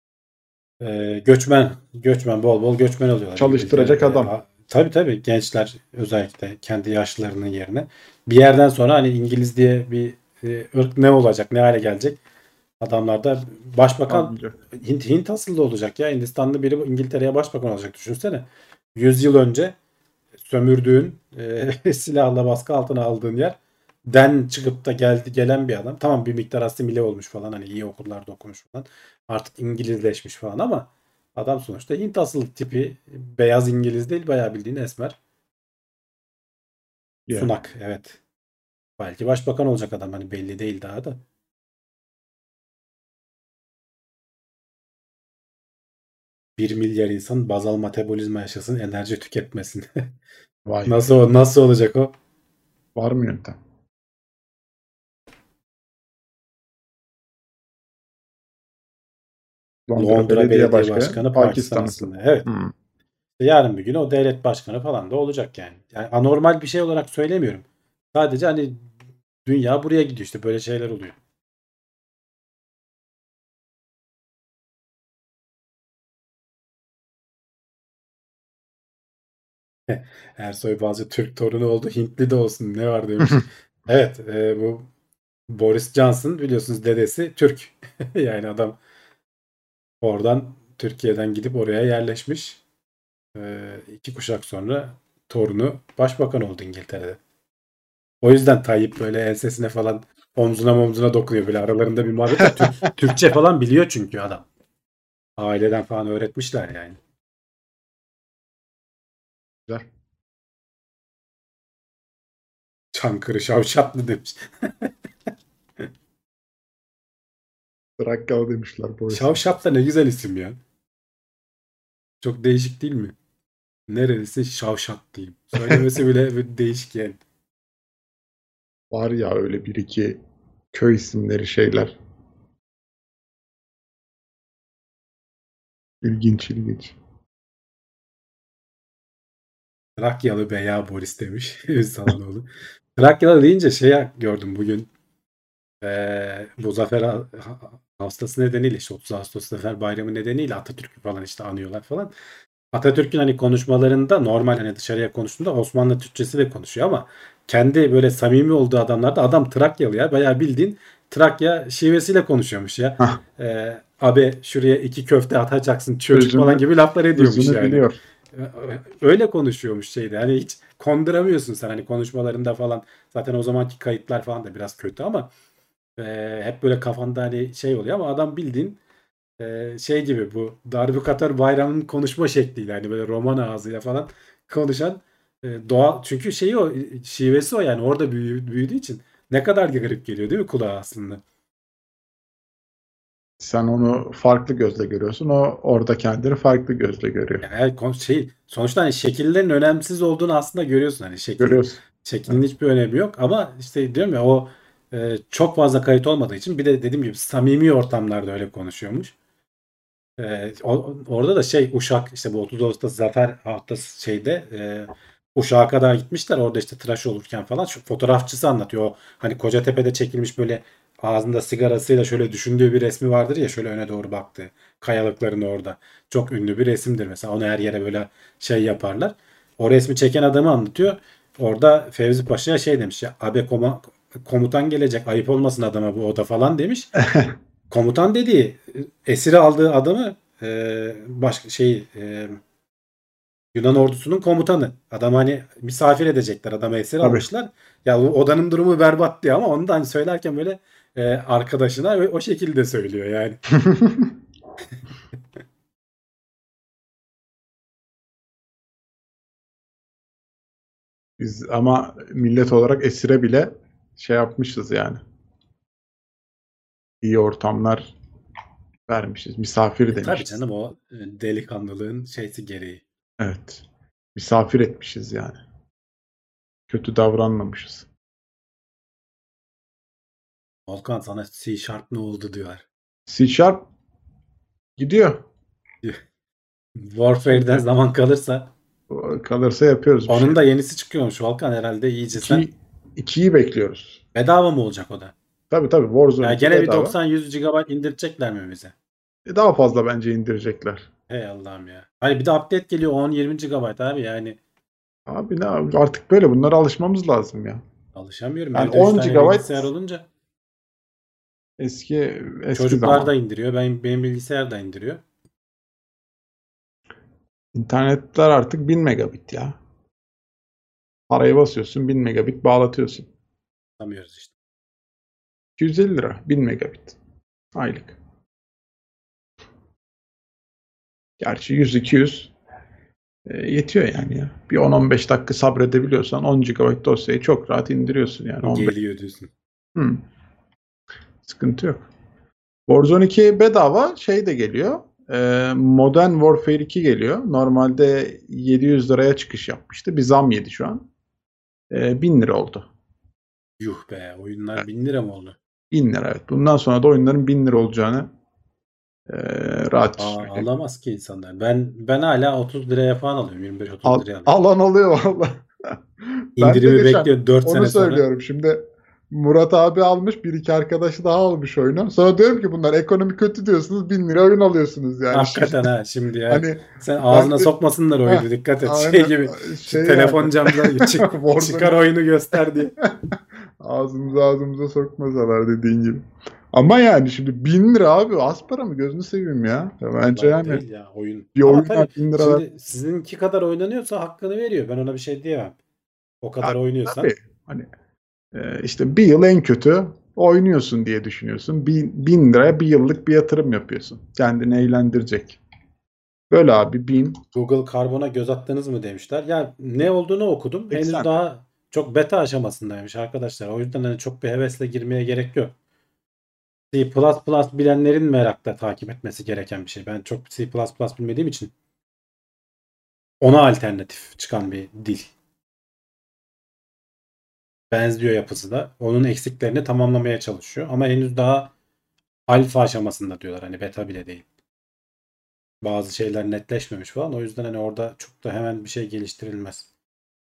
Göçmen bol bol göçmen alıyorlar Çalıştıracak İngiltere'de. adam. Tabii tabii gençler özellikle kendi yaşlarının yerine. Bir yerden sonra hani İngiliz diye bir ırk ne olacak, ne hale gelecek? Adamlar da başbakan Almayacak. Hint asıllı olacak ya. Hindistanlı biri İngiltere'ye başbakan olacak düşünsene. 100 yıl önce sömürdüğün, silahla baskı altına aldığın yer den çıkıp da gelen bir adam. Tamam bir miktar asimile olmuş falan hani iyi okullarda okumuş falan. Artık İngilizleşmiş falan ama adam sonuçta Hint asıllı tipi beyaz İngiliz değil bayağı bildiğin esmer. Yani. Sunak evet. Belki başbakan olacak adam hani belli değil daha da. 1 milyar insan bazal metabolizma yaşasın enerji tüketmesin. Vay be. Nasıl olacak o? Var mı yöntem? Londra Londra Belediye Belediye Başkanı Başkanı Pakistan Pakistanlısı. aslında. Evet. Hmm. Yarın bir gün o devlet başkanı falan da olacak yani. Yani anormal bir şey olarak söylemiyorum. Sadece hani dünya buraya gidiyor işte böyle şeyler oluyor. Ersoy Balcı Türk torunu oldu. Hintli de olsun ne var demiş. Evet, bu Boris Johnson biliyorsunuz dedesi Türk. Yani adam oradan Türkiye'den gidip oraya yerleşmiş. 2 kuşak sonra torunu başbakan oldu İngiltere'de. O yüzden Tayyip böyle ensesine falan omzuna dokunuyor. Böyle aralarında bir muhabbet var. Türkçe falan biliyor çünkü adam. Aileden falan öğretmişler yani. Güzel. Çankırı Şavşatlı demiş. Trakyalı demişler Boris'e. Şavşat da ne güzel isim ya. Çok değişik değil mi? Neresi Şavşat diyeyim. Söylemesi bile bir değişik yani. Var ya öyle bir iki köy isimleri şeyler. İlginç ilginç. Trakyalı Beya Boris demiş. Salanoğlu. Trakyalı deyince şey gördüm bugün. Bu Zafer Hastası nedeniyle işte 30 Ağustos Zafer Bayramı nedeniyle Atatürk'ü falan işte anıyorlar falan. Atatürk'ün hani konuşmalarında normal hani dışarıya konuştuğunda Osmanlı Türkçesi de konuşuyor ama kendi böyle samimi olduğu adamlarda adam Trakyalı ya. Bayağı bildiğin Trakya şivesiyle konuşuyormuş ya. Hah, Abi şuraya 2 köfte atacaksın çocuk Özünü- falan gibi laflar ediyormuş özünü yani. biliyor. Öyle konuşuyormuş şeyde. Hani hiç konduramıyorsun sen hani konuşmalarında falan. Zaten o zamanki kayıtlar falan da biraz kötü ama hep böyle kafanda hani şey oluyor ama adam bildiğin şey gibi bu Darbukatör Bayram'ın konuşma şekliyle hani böyle roman ağzıyla falan konuşan doğal çünkü şeyi o şivesi o yani orada büyüdüğü için ne kadar garip geliyor değil mi kulağa aslında? Sen onu farklı gözle görüyorsun. O orada kendini farklı gözle görüyor. Yani şey sonuçta hani şekillerin önemsiz olduğunu aslında görüyorsun hani Görüyorsun. şeklin hiçbir önemi yok ama işte diyorum ya o çok fazla kayıt olmadığı için bir de dediğim gibi samimi ortamlarda öyle konuşuyormuş. Orada da şey Uşak işte bu 30 Ağustos Zafer Haftası şeyde Uşak'a kadar gitmişler. Orada işte tıraş olurken falan şu fotoğrafçısı anlatıyor. O hani Kocatepe'de çekilmiş böyle ağzında sigarasıyla şöyle düşündüğü bir resmi vardır ya şöyle öne doğru baktığı kayalıkların orada. Çok ünlü bir resimdir mesela. Onu her yere böyle şey yaparlar. O resmi çeken adamı anlatıyor. Orada Fevzi Paşa'ya şey demiş ya abi komutan gelecek ayıp olmasın adama bu oda falan demiş. Komutan dediği esiri aldığı adamı başka Yunan ordusunun komutanı. Adam hani misafir edecekler. Adamı esir Tabii. almışlar. Ya o odanın durumu berbat diyor ama onu da hani söylerken böyle arkadaşına o şekilde söylüyor yani. Biz ama millet olarak esire bile şey yapmışız yani. İyi ortamlar vermişiz. Misafir Tabii demişiz. canım o delikanlılığın şeysi gereği. Evet. Misafir etmişiz yani. Kötü davranmamışız. Volkan sana C Sharp ne oldu diyor. C Sharp gidiyor. Warfare'den zaman kalırsa Kalırsa yapıyoruz bir şey. onun da yenisi çıkıyormuş Volkan herhalde iyice sen. 2'yi bekliyoruz. Bedava mı olacak o da? Tabii Warzone Ya 2 gene bir bedava. 90-100 GB indirecekler mi bize? Daha fazla bence indirecekler. Hey Allah'ım ya. Hani bir de update geliyor 10-20 GB abi yani. Abi ne abi, artık böyle bunlara alışmamız lazım ya. Alışamıyorum. Yani Evde 3 10 tane GB bilgisayar olunca eski çocuklar da zaman. indiriyor. Benim bilgisayar da indiriyor. İnternetler artık 1000 megabit ya. Parayı basıyorsun 1000 megabit bağlatıyorsun. Anlamıyoruz işte. 250 lira 1000 megabit aylık. Gerçi 100-200 yetiyor yani ya. Bir 10-15 dakika sabredebiliyorsan 10 GB dosyayı çok rahat indiriyorsun yani. 15. Geliyor diyorsun. Sıkıntı yok. Warzone 2 bedava şey de geliyor. Modern Warfare 2 geliyor. Normalde 700 liraya çıkış yapmıştı. Bir zam yedi şu an. 1000 lira oldu. Yuh be oyunlar 1000 lira mı oldu? 1000 lira evet. Bundan sonra da oyunların 1000 lira olacağını rahat söyleyeyim. Alamaz ki insanlar. Ben hala 30 liraya falan alıyorum. 25-30 liraya alıyorum. Alan oluyor valla. Ben de İndirimi geçen bekliyor 4 onu sene sonra. söylüyorum. Şimdi Murat abi almış, bir iki arkadaşı daha almış oyunu. Sonra diyorum ki bunlar ekonomi kötü diyorsunuz, 1.000 lira oyun alıyorsunuz yani. Hakikaten ha şimdi ya. Hani Sen ben ağzına de sokmasınlar heh, oyunu, dikkat et. Şey aynen gibi şey yani telefon camdan çıkar Warzone oyunu göster diye. ağzımıza sokmasalar dediğin gibi. Ama yani şimdi 1.000 lira abi az para mı? Gözünü seveyim ya. Ya bence Vallahi yani değil ya oyun. bir Ama oyuna tabii 1.000 lira ver. şimdi sizinki kadar oynanıyorsa hakkını veriyor. Ben ona bir şey diyemem. O Ya, kadar oynuyorsan. tabii hani işte bir yıl en kötü oynuyorsun diye düşünüyorsun. 1.000 liraya bir yıllık bir yatırım yapıyorsun. Kendini eğlendirecek. Böyle abi 1.000 Google Karbon'a göz attınız mı demişler. Ya ne olduğunu okudum. Henüz 80. daha çok beta aşamasındaymış arkadaşlar. O yüzden hani çok bir hevesle girmeye gerek yok. C++ bilenlerin merakla takip etmesi gereken bir şey. Ben çok C++ bilmediğim için ona alternatif çıkan bir dil. Benziyor yapısı da. Onun eksiklerini tamamlamaya çalışıyor. Ama henüz daha alfa aşamasında diyorlar. Hani beta bile değil. Bazı şeyler netleşmemiş falan. O yüzden hani orada çok da hemen bir şey geliştirilmez.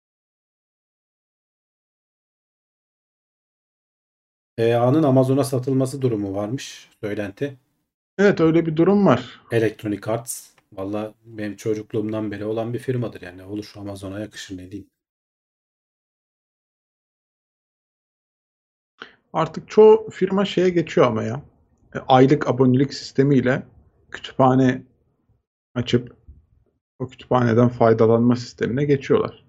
EA'nın Amazon'a satılması durumu varmış. Söylenti. Evet öyle bir durum var. Electronic Arts. Valla benim çocukluğumdan beri olan bir firmadır yani. Olur, Amazon'a yakışır, ne diyeyim. Artık çoğu firma şeye geçiyor ama ya. Aylık abonelik sistemiyle kütüphane açıp o kütüphaneden faydalanma sistemine geçiyorlar.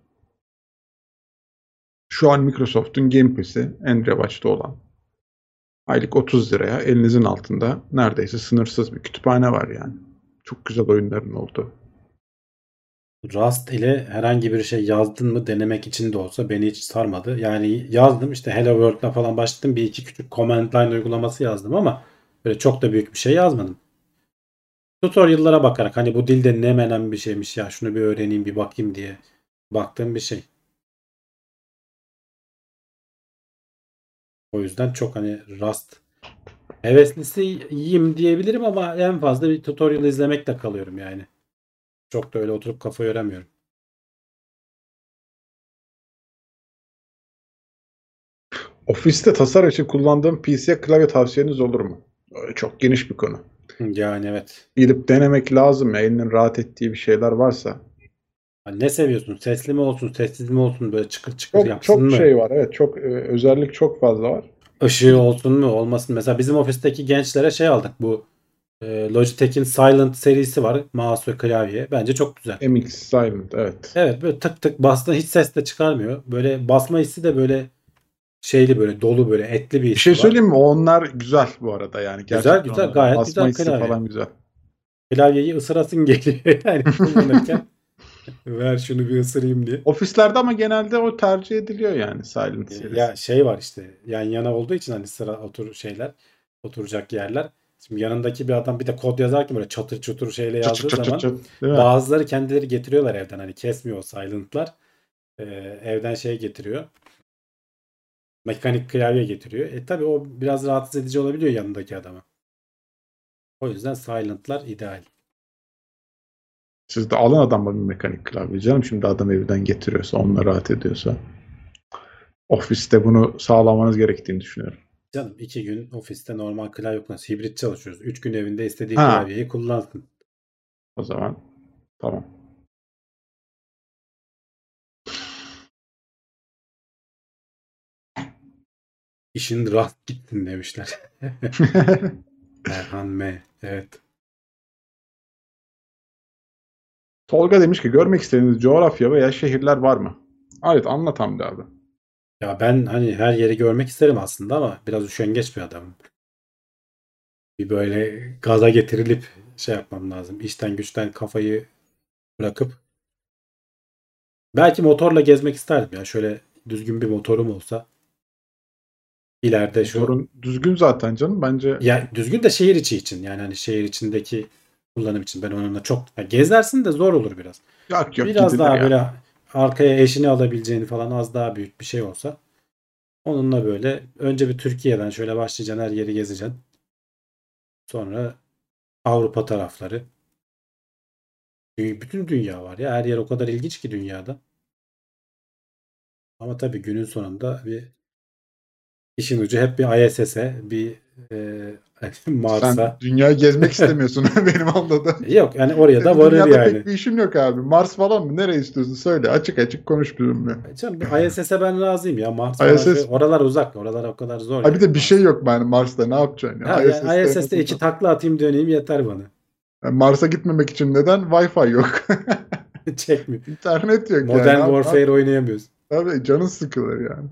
Şu an Microsoft'un Game Pass'i en revaçta olan. Aylık 30 liraya elinizin altında neredeyse sınırsız bir kütüphane var yani. Çok güzel oyunların olduğu. Rust ile herhangi bir şey yazdın mı denemek için de olsa beni hiç sarmadı. Yani yazdım işte Hello World'la falan başladım. Bir iki küçük command line uygulaması yazdım ama böyle çok da büyük bir şey yazmadım. Tutorial'lara bakarak hani bu dilde ne menen bir şeymiş ya, şunu bir öğreneyim bir bakayım diye baktığım bir şey. O yüzden çok hani Rust heveslisiyim diyebilirim ama en fazla bir tutorial izlemekle kalıyorum yani. Çok da öyle oturup kafa yoramıyorum. Ofiste tasarım için kullandığım PC'ye klavye tavsiyeniz olur mu? Çok geniş bir konu. Yani evet. Gidip denemek lazım ya. Elinin rahat ettiği bir şeyler varsa. Hani ne seviyorsun? Sesli mi olsun, sessiz mi olsun, böyle çıkır çıkır Çok yapsın çok mı? şey var. Evet çok özellik çok fazla var. Işığı olsun mu, olmasın? Mesela bizim ofisteki gençlere şey aldık. Bu Logitech'in Silent serisi var. Mouse ve klavye. Bence çok güzel. MX Silent evet. Evet, böyle tık tık bastığında hiç ses de çıkarmıyor. Böyle basma hissi de böyle şeyli, böyle dolu, böyle etli bir Bir şey hissi var. söyleyeyim mi? Onlar güzel bu arada yani. Güzel Gerçekten güzel, onların gayet basma güzel hissi klavye. falan güzel. Klavyeyi ısırasın geliyor yani kullanırken. Ver şunu bir ısırayım diye. Ofislerde ama genelde o tercih ediliyor yani Silent serisi. Ya şey var işte, yan yana olduğu için hani sıra oturacak yerler. Şimdi yanındaki bir adam bir de kod yazarken böyle çatır çutur şeyle Çıt çıt yazdığı çıt çıt zaman çıt, değil mi? bazıları kendileri getiriyorlar evden, hani kesmiyor o silent'lar. Ee, Evden şey getiriyor. Mekanik klavye getiriyor. Tabii o biraz rahatsız edici olabiliyor yanındaki adama. O yüzden silent'lar ideal. Siz de alın adamla bir mekanik klavye canım. Şimdi adam evden getiriyorsa, onunla rahat ediyorsa. Ofiste bunu sağlamanız gerektiğini düşünüyorum. Canım 2 gün ofiste normal klavye kullanıyoruz. Hibrit çalışıyoruz. 3 gün evinde istediği Ha, klavyeyi kullansın. o zaman tamam. İşin rahat gitsin demişler. Erhan M. Evet. Tolga demiş ki görmek istediğiniz coğrafya veya şehirler var mı? Evet anlat Hamdi abi. Ya ben hani her yeri görmek isterim aslında ama biraz üşengeç bir adamım. Bir böyle gaza getirilip şey yapmam lazım. İşten güçten kafayı bırakıp belki motorla gezmek isterdim ya. Şöyle düzgün bir motorum olsa ileride şu, Motorun düzgün zaten canım. Bence ya düzgün de şehir içi için, yani hani şehir içindeki kullanım için ben onunla çok ya gezersin de zor olur biraz. yok yok Biraz gidilir daha ya. böyle arkaya eşini alabileceğini falan az daha büyük bir şey olsa onunla böyle önce bir Türkiye'den şöyle başlayacaksın, her yeri gezeceksin. Sonra Avrupa tarafları. Bütün dünya var ya. Her yer o kadar ilginç ki dünyada. Ama tabii günün sonunda bir İşin ucu hep bir ISS'e, bir Sen Mars'a. dünyayı gezmek istemiyorsun benim anladığım. Yok yani oraya da Senin varır dünyada yani. pek bir işin yok abi. Mars falan mı? Nereye istiyorsun? Söyle. Açık açık konuş bizimle. Canım bir ISS'e ben razıyım ya. Mars falan ISS. oralar uzak. Oralar o kadar zor Ha bir yani de bir şey Mars. yok yani Mars'ta. Ne yapacaksın Ha ya? yani ISS'te en ISS'te 2 azından. takla atayım döneyim yeter bana. Yani Mars'a gitmemek için neden? Wi-Fi yok. Çekmiyor. İnternet yok yani. Modern Warfare oynayamıyoruz. Abi canın sıkılır yani.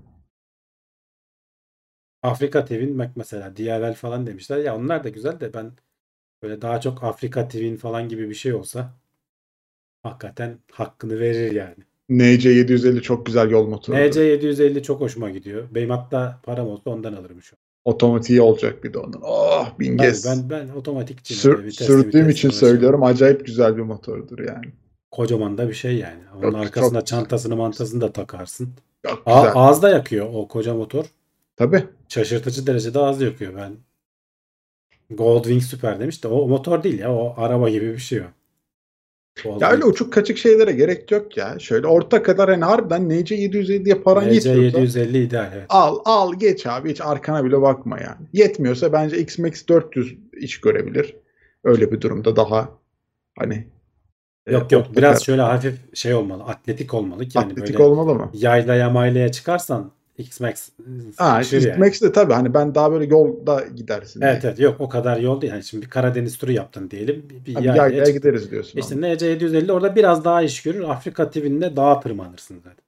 Afrika TV'nin bak mesela DLL falan demişler. Ya onlar da güzel de ben böyle daha çok Afrika TV'nin falan gibi bir şey olsa hakikaten hakkını verir yani. NC750 çok güzel yol motorudur. NC750 çok hoşuma gidiyor. Benim hatta param olsa ondan alırım şu an. Otomatiği olacak bir de onun. Oh bin Tabii gez. ben otomatikçiyim. Öyle Sürdüğüm için vitesli uğraşamam. söylüyorum. Acayip güzel bir motordur yani. Kocaman da bir şey yani. Onun Çok arkasına çok güzel. çantasını mantasını da takarsın. Çok güzel. Ağızda yakıyor o koca motor. Tabii. Şaşırtıcı derecede ağız yakıyor. Ben Goldwing Super demiş de o motor değil ya. O araba gibi bir şey o. Ya öyle Goldwing. uçuk kaçık şeylere gerek yok ya. Şöyle orta kadar hani harbiden NC750'ye paran yetiyorsa NC750 ideal evet. al geç abi. Hiç arkana bile bakma yani. Yetmiyorsa bence X-Max 400 iş görebilir. Öyle bir durumda daha hani Yok orta biraz kadar. şöyle hafif şey olmalı. Atletik olmalı ki yani Atletik böyle olmalı mı? yaylaya maylaya çıkarsan X-Max Ha, sıkışır yani. X-Max de tabii hani ben daha böyle yolda gidersin diye. Evet yok o kadar yol değil. Yani şimdi bir Karadeniz turu yaptın diyelim. Bir Hani yaylaya yaylaya çıktın. gideriz diyorsun İşte ama. NC750 orada biraz daha iş görür. Afrika TV'nde dağa tırmanırsın zaten.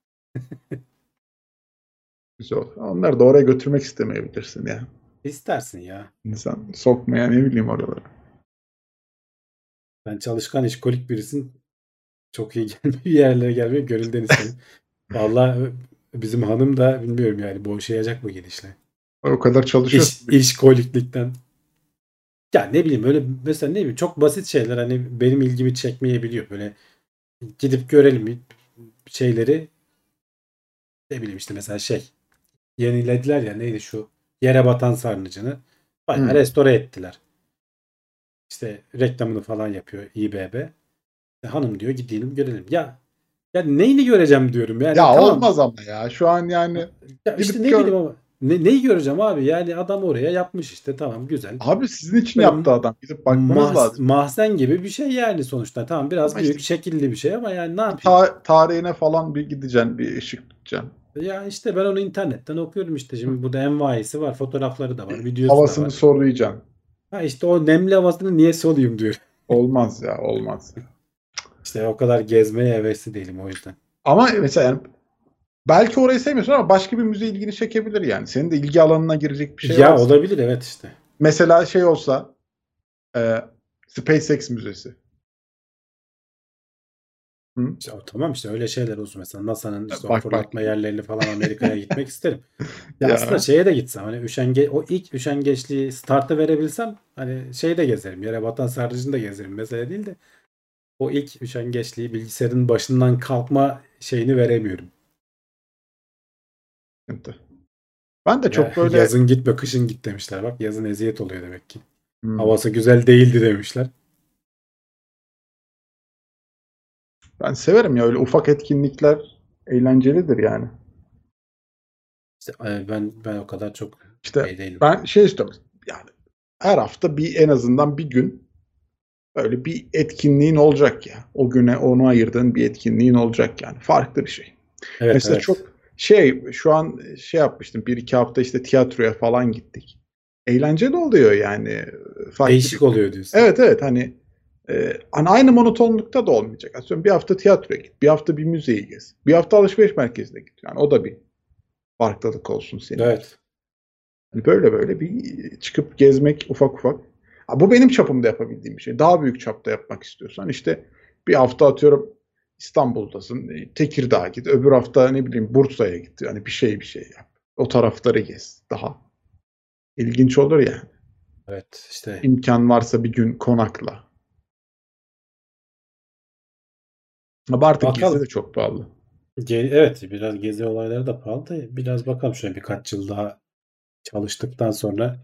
Güzel. Onları da oraya götürmek istemeyebilirsin ya. İstersin ya. İnsan sokmaya ne bileyim oralara. Ben çalışkan işkolik birisin. Çok iyi gelmiyor. Yerlere gelmiyor. Gönülden isterim. Vallahi bizim hanım da bilmiyorum yani boşayacak bu gidişle. O kadar çalışıyorsun. İşkoliklikten. Ya ne bileyim öyle mesela ne bileyim çok basit şeyler hani benim ilgimi çekmeyebiliyor. Böyle gidip görelim şeyleri ne bileyim işte mesela yenilediler ya neydi şu yere batan sarnıcını bayağı restore ettiler. İşte reklamını falan yapıyor İBB. Hanım diyor gidelim görelim. Ya neyini göreceğim diyorum yani Ya tamam. olmaz ama ya. Şu an yani Ya işte gidip ne gör. bileyim ama neyi göreceğim abi yani adam oraya yapmış işte tamam güzel. Abi sizin için Böyle yaptı adam. Gidip bakmanız lazım. mahzen gibi bir şey yani sonuçta. Tamam biraz Ama büyük işte şekilli bir şey ama yani ne yapayım? tarihine falan bir gideceksin. Bir ışık tutacaksın. Ya işte ben onu internetten okuyorum işte. Şimdi burada envaisi var, fotoğrafları da var, videosu da Havasını var. soracaksın. Ha işte o nemli havasını niye solayım diyor. Olmaz ya olmaz. İşte o kadar gezmeye hevesli değilim o yüzden. Ama mesela yani belki orayı sevmiyorsun ama başka bir müze ilgini çekebilir yani. Senin de ilgi alanına girecek bir şey Ya varsa. olabilir evet işte. Mesela şey olsa SpaceX Müzesi. Hı? İşte tamam işte öyle şeyler olsun mesela NASA'nın işte o Bak. fırlatma yerlerini falan Amerika'ya gitmek isterim. Ya aslında Ya. şeye de gitsem hani o ilk üşengeçliği startı verebilsem hani de gezerim. Yere batan sarnıcını da gezerim. Mesele değil de o ilk üşengeçliği bilgisayarın başından kalkma şeyini veremiyorum. Ben de Ya çok böyle yazın gitme kışın git demişler. Bak yazın eziyet oluyor demek ki. Hmm. Havası güzel değildi demişler. Ben severim ya öyle ufak etkinlikler eğlencelidir yani. İşte ben o kadar çok İşte değilim. ben şey istiyorum yani her hafta en azından bir gün böyle bir etkinliğin olacak ya. O güne onu ayırdığın bir etkinliğin olacak yani. Farklı bir şey. Evet Mesela evet. çok şu an yapmıştım. 1-2 hafta işte tiyatroya falan gittik. Eğlenceli oluyor yani. Farklı Değişik bir şey. oluyor diyorsun. Evet hani aynı monotonlukta da olmayacak. Atıyorum bir hafta tiyatroya git. Bir hafta bir müzeyi gez. Bir hafta alışveriş merkezine git. Yani o da bir farklılık olsun senin için. Evet. Yani böyle bir çıkıp gezmek ufak ufak. Bu benim çapımda yapabildiğim bir şey. Daha büyük çapta yapmak istiyorsan işte bir hafta atıyorum İstanbul'dasın. Tekirdağ'a git. Öbür hafta ne bileyim Bursa'ya git. Yani bir şey yap. O tarafları gez. Daha ilginç olur yani. Evet işte. İmkan varsa bir gün konakla. Ama artık gezi de Bakalım. çok pahalı. Evet biraz gezi olayları da pahalı da biraz bakalım şöyle birkaç yıl daha çalıştıktan sonra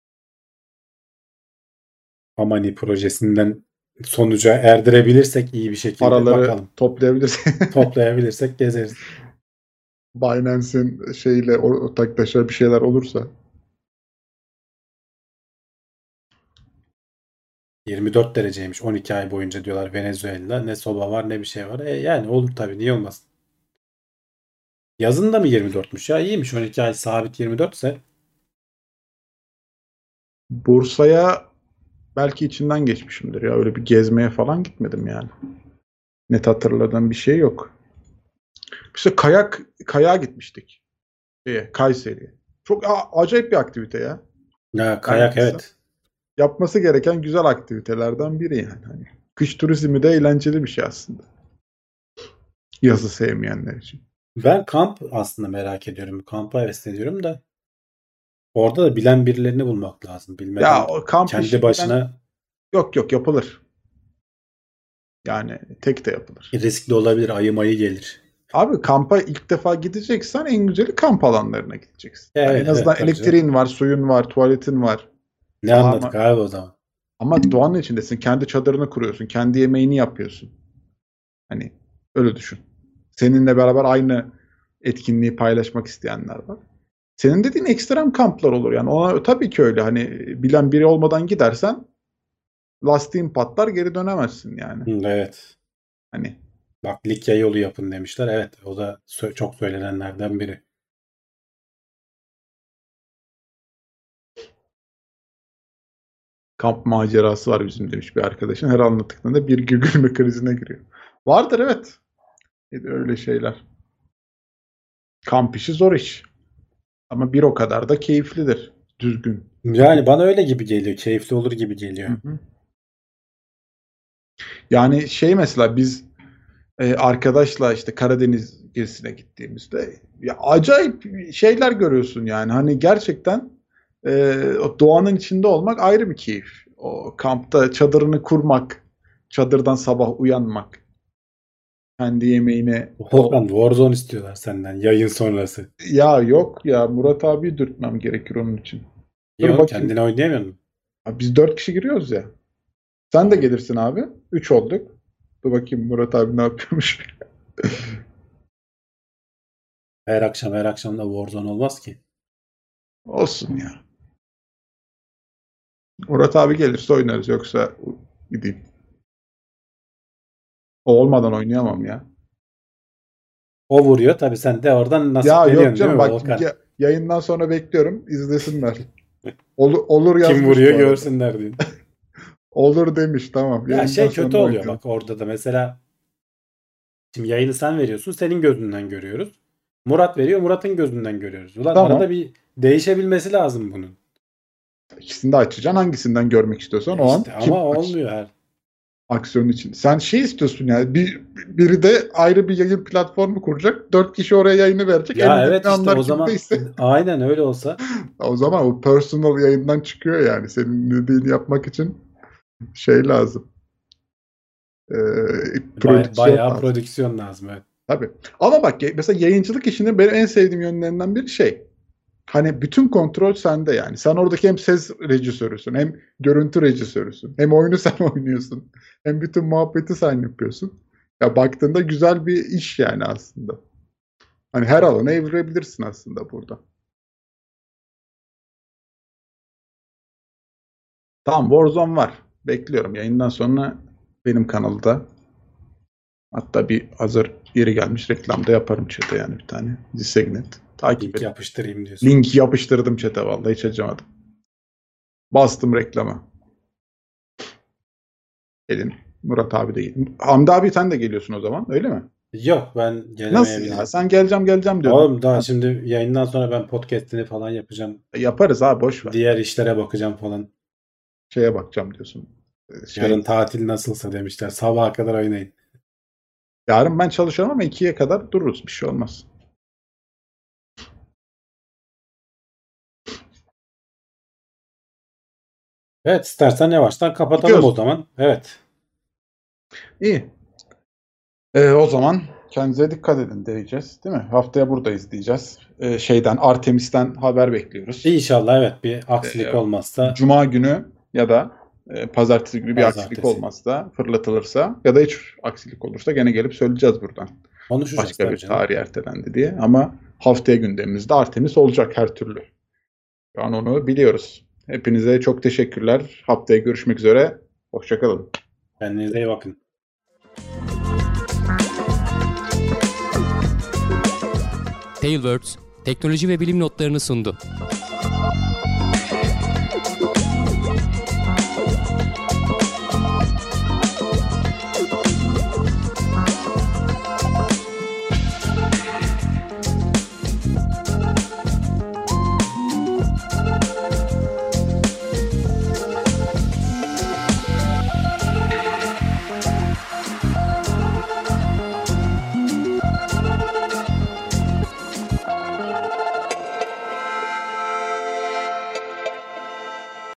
Amani projesinden sonuca erdirebilirsek iyi bir şekilde Paraları bakalım. toplayabilirsin. Toplayabilirsek gezeriz. Binance'in şeyle ortaklaşa bir şeyler olursa. 24 dereceymiş 12 ay boyunca diyorlar Venezuela. Ne soba var ne bir şey var. Yani olur tabii, niye olmasın. Yazın da mı 24'müş ya? İyiymiş, 12 ay sabit 24 ise. Bursa'ya belki içinden geçmişimdir ya. Öyle bir gezmeye falan gitmedim yani. Net hatırladığım bir şey yok. İşte kayağa gitmiştik. Kayseri'ye. Çok acayip bir aktivite ya. Ya kayak, Herkesin evet. yapması gereken güzel aktivitelerden biri yani. Hani kış turizmi de eğlenceli bir şey aslında. Yazı sevmeyenler için. Ben kamp aslında merak ediyorum. Kampa hevesleniyorum da. Orada da bilen birilerini bulmak lazım. Ya Bilmeden o kamp kendi işi bilen başına yok yapılır. Yani tek de yapılır. riskli olabilir. Ayı mayı gelir. Abi kampa ilk defa gideceksen en güzeli kamp alanlarına gideceksin. Yani en Evet, azından evet, tabii canım. elektriğin var, suyun var, tuvaletin var. Ne Daha anladık abi o zaman? ama doğanın içindesin. Kendi çadırını kuruyorsun. Kendi yemeğini yapıyorsun. Hani öyle düşün. Seninle beraber aynı etkinliği paylaşmak isteyenler var. Senin dediğin ekstrem kamplar olur. Yani ona tabii ki öyle. Hani bilen biri olmadan gidersen lastiğin patlar, geri dönemezsin yani. Evet. Hani Bak, Likya yolu yapın demişler. Evet, o da çok söylenenlerden biri. kamp macerası var bizim demiş bir arkadaşın. Her anlattıklarında bir gülme krizine giriyor. Vardır evet. Öyle şeyler. Kamp işi zor iş. Ama bir o kadar da keyiflidir. Düzgün. Yani bana öyle gibi geliyor. Keyifli olur gibi Hı geliyor. hı. Yani mesela biz arkadaşla işte Karadeniz gezisine gittiğimizde ya acayip şeyler görüyorsun yani. Hani gerçekten o doğanın içinde olmak ayrı bir keyif. O kampta çadırını kurmak, çadırdan sabah uyanmak, kendi yemeğine Volkan, Warzone istiyorlar senden yayın sonrası. ya yok ya Murat abi dürtmem gerekir onun için. İyi Dur oğlum, bakayım. kendine oynayamıyor musun? Abi biz 4 kişi giriyoruz ya. Sen de gelirsin abi. 3 olduk. Dur bakayım Murat abi ne yapıyormuş. Her akşam da Warzone olmaz ki. Olsun ya. Murat abi gelirse oynarız yoksa gideyim. O olmadan oynayamam ya. O vuruyor tabii, sen de oradan Ya yok nasipleniyorsun değil canım mi bak Volkan? yayından sonra bekliyorum izlesinler. Olur Kim yazmış vuruyor bu arada. görsünler diyor. Olur demiş tamam. Ya Yayından kötü sonra oluyor oynayalım. bak orada da mesela, şimdi yayını sen veriyorsun, senin gözünden görüyoruz. Murat veriyor, Murat'ın gözünden görüyoruz. Ulan Tamam. arada bir değişebilmesi lazım bunun. İkisini de açacaksın. Hangisinden görmek istiyorsan o an İşte kim ama olmuyor her. aksiyonun için. Sen istiyorsun yani biri de ayrı bir yayın platformu kuracak. 4 kişi oraya yayını verecek. En Ya önemli evet, işte anlar o zaman kimdeyse. aynen öyle olsa O zaman o personal yayından çıkıyor yani. Senin dediğini yapmak için şey lazım. Prodüksiyon bayağı lazım. prodüksiyon lazım, evet. Tabii. Ama bak mesela yayıncılık işinin benim en sevdiğim yönlerinden bir şey. Hani bütün kontrol sende yani. Sen oradaki hem ses rejisörüsün, hem görüntü rejisörüsün, hem oyunu sen oynuyorsun, hem bütün muhabbeti sen yapıyorsun. Ya baktığında güzel bir iş yani aslında. Hani her alana evirebilirsin aslında burada. Tamam Warzone var. Bekliyorum. Yayından sonra benim kanalda. Hatta bir hazır yeri gelmiş reklamda yaparım chat'e yani bir tane. Disegnet. Takip Link edin. yapıştırayım diyorsun. Link yapıştırdım chat'e vallahi hiç acımadım. Bastım reklama. Gelin. Murat abi de gelin. Hamdi abi sen de geliyorsun o zaman öyle mi? Yok, ben Nasıl gelemeyebilirim. ya? Sen geleceğim diyordun. Oğlum daha şimdi yayından sonra ben podcast'ini falan yapacağım. Yaparız ha boş ver. Diğer işlere bakacağım falan. Şeye bakacağım diyorsun. Yarın tatil nasılsa demişler. Sabaha kadar oynayın. Yarın ben çalışıyorum ama 2'ye kadar dururuz. Bir şey olmaz. Evet, istersen yavaştan kapatalım Gidiyoruz. o zaman. Evet. İyi. O zaman kendinize dikkat edin diyeceğiz değil mi? Haftaya buradayız diyeceğiz. Artemis'ten haber bekliyoruz. İnşallah, evet, bir aksilik olmazsa. Cuma günü ya da pazartesi günü bir aksilik Pazartesi. olmazsa, fırlatılırsa ya da hiç aksilik olursa gene gelip söyleyeceğiz buradan. Konuşacağız Başka tabii bir canım. tarih ertelendi diye. Ama haftaya gündemimizde Artemis olacak her türlü. Şu an onu biliyoruz. Hepinize çok teşekkürler. Haftaya görüşmek üzere. Hoşçakalın. Kendinize iyi bakın. Tailwords, teknoloji ve bilim notlarını sundu.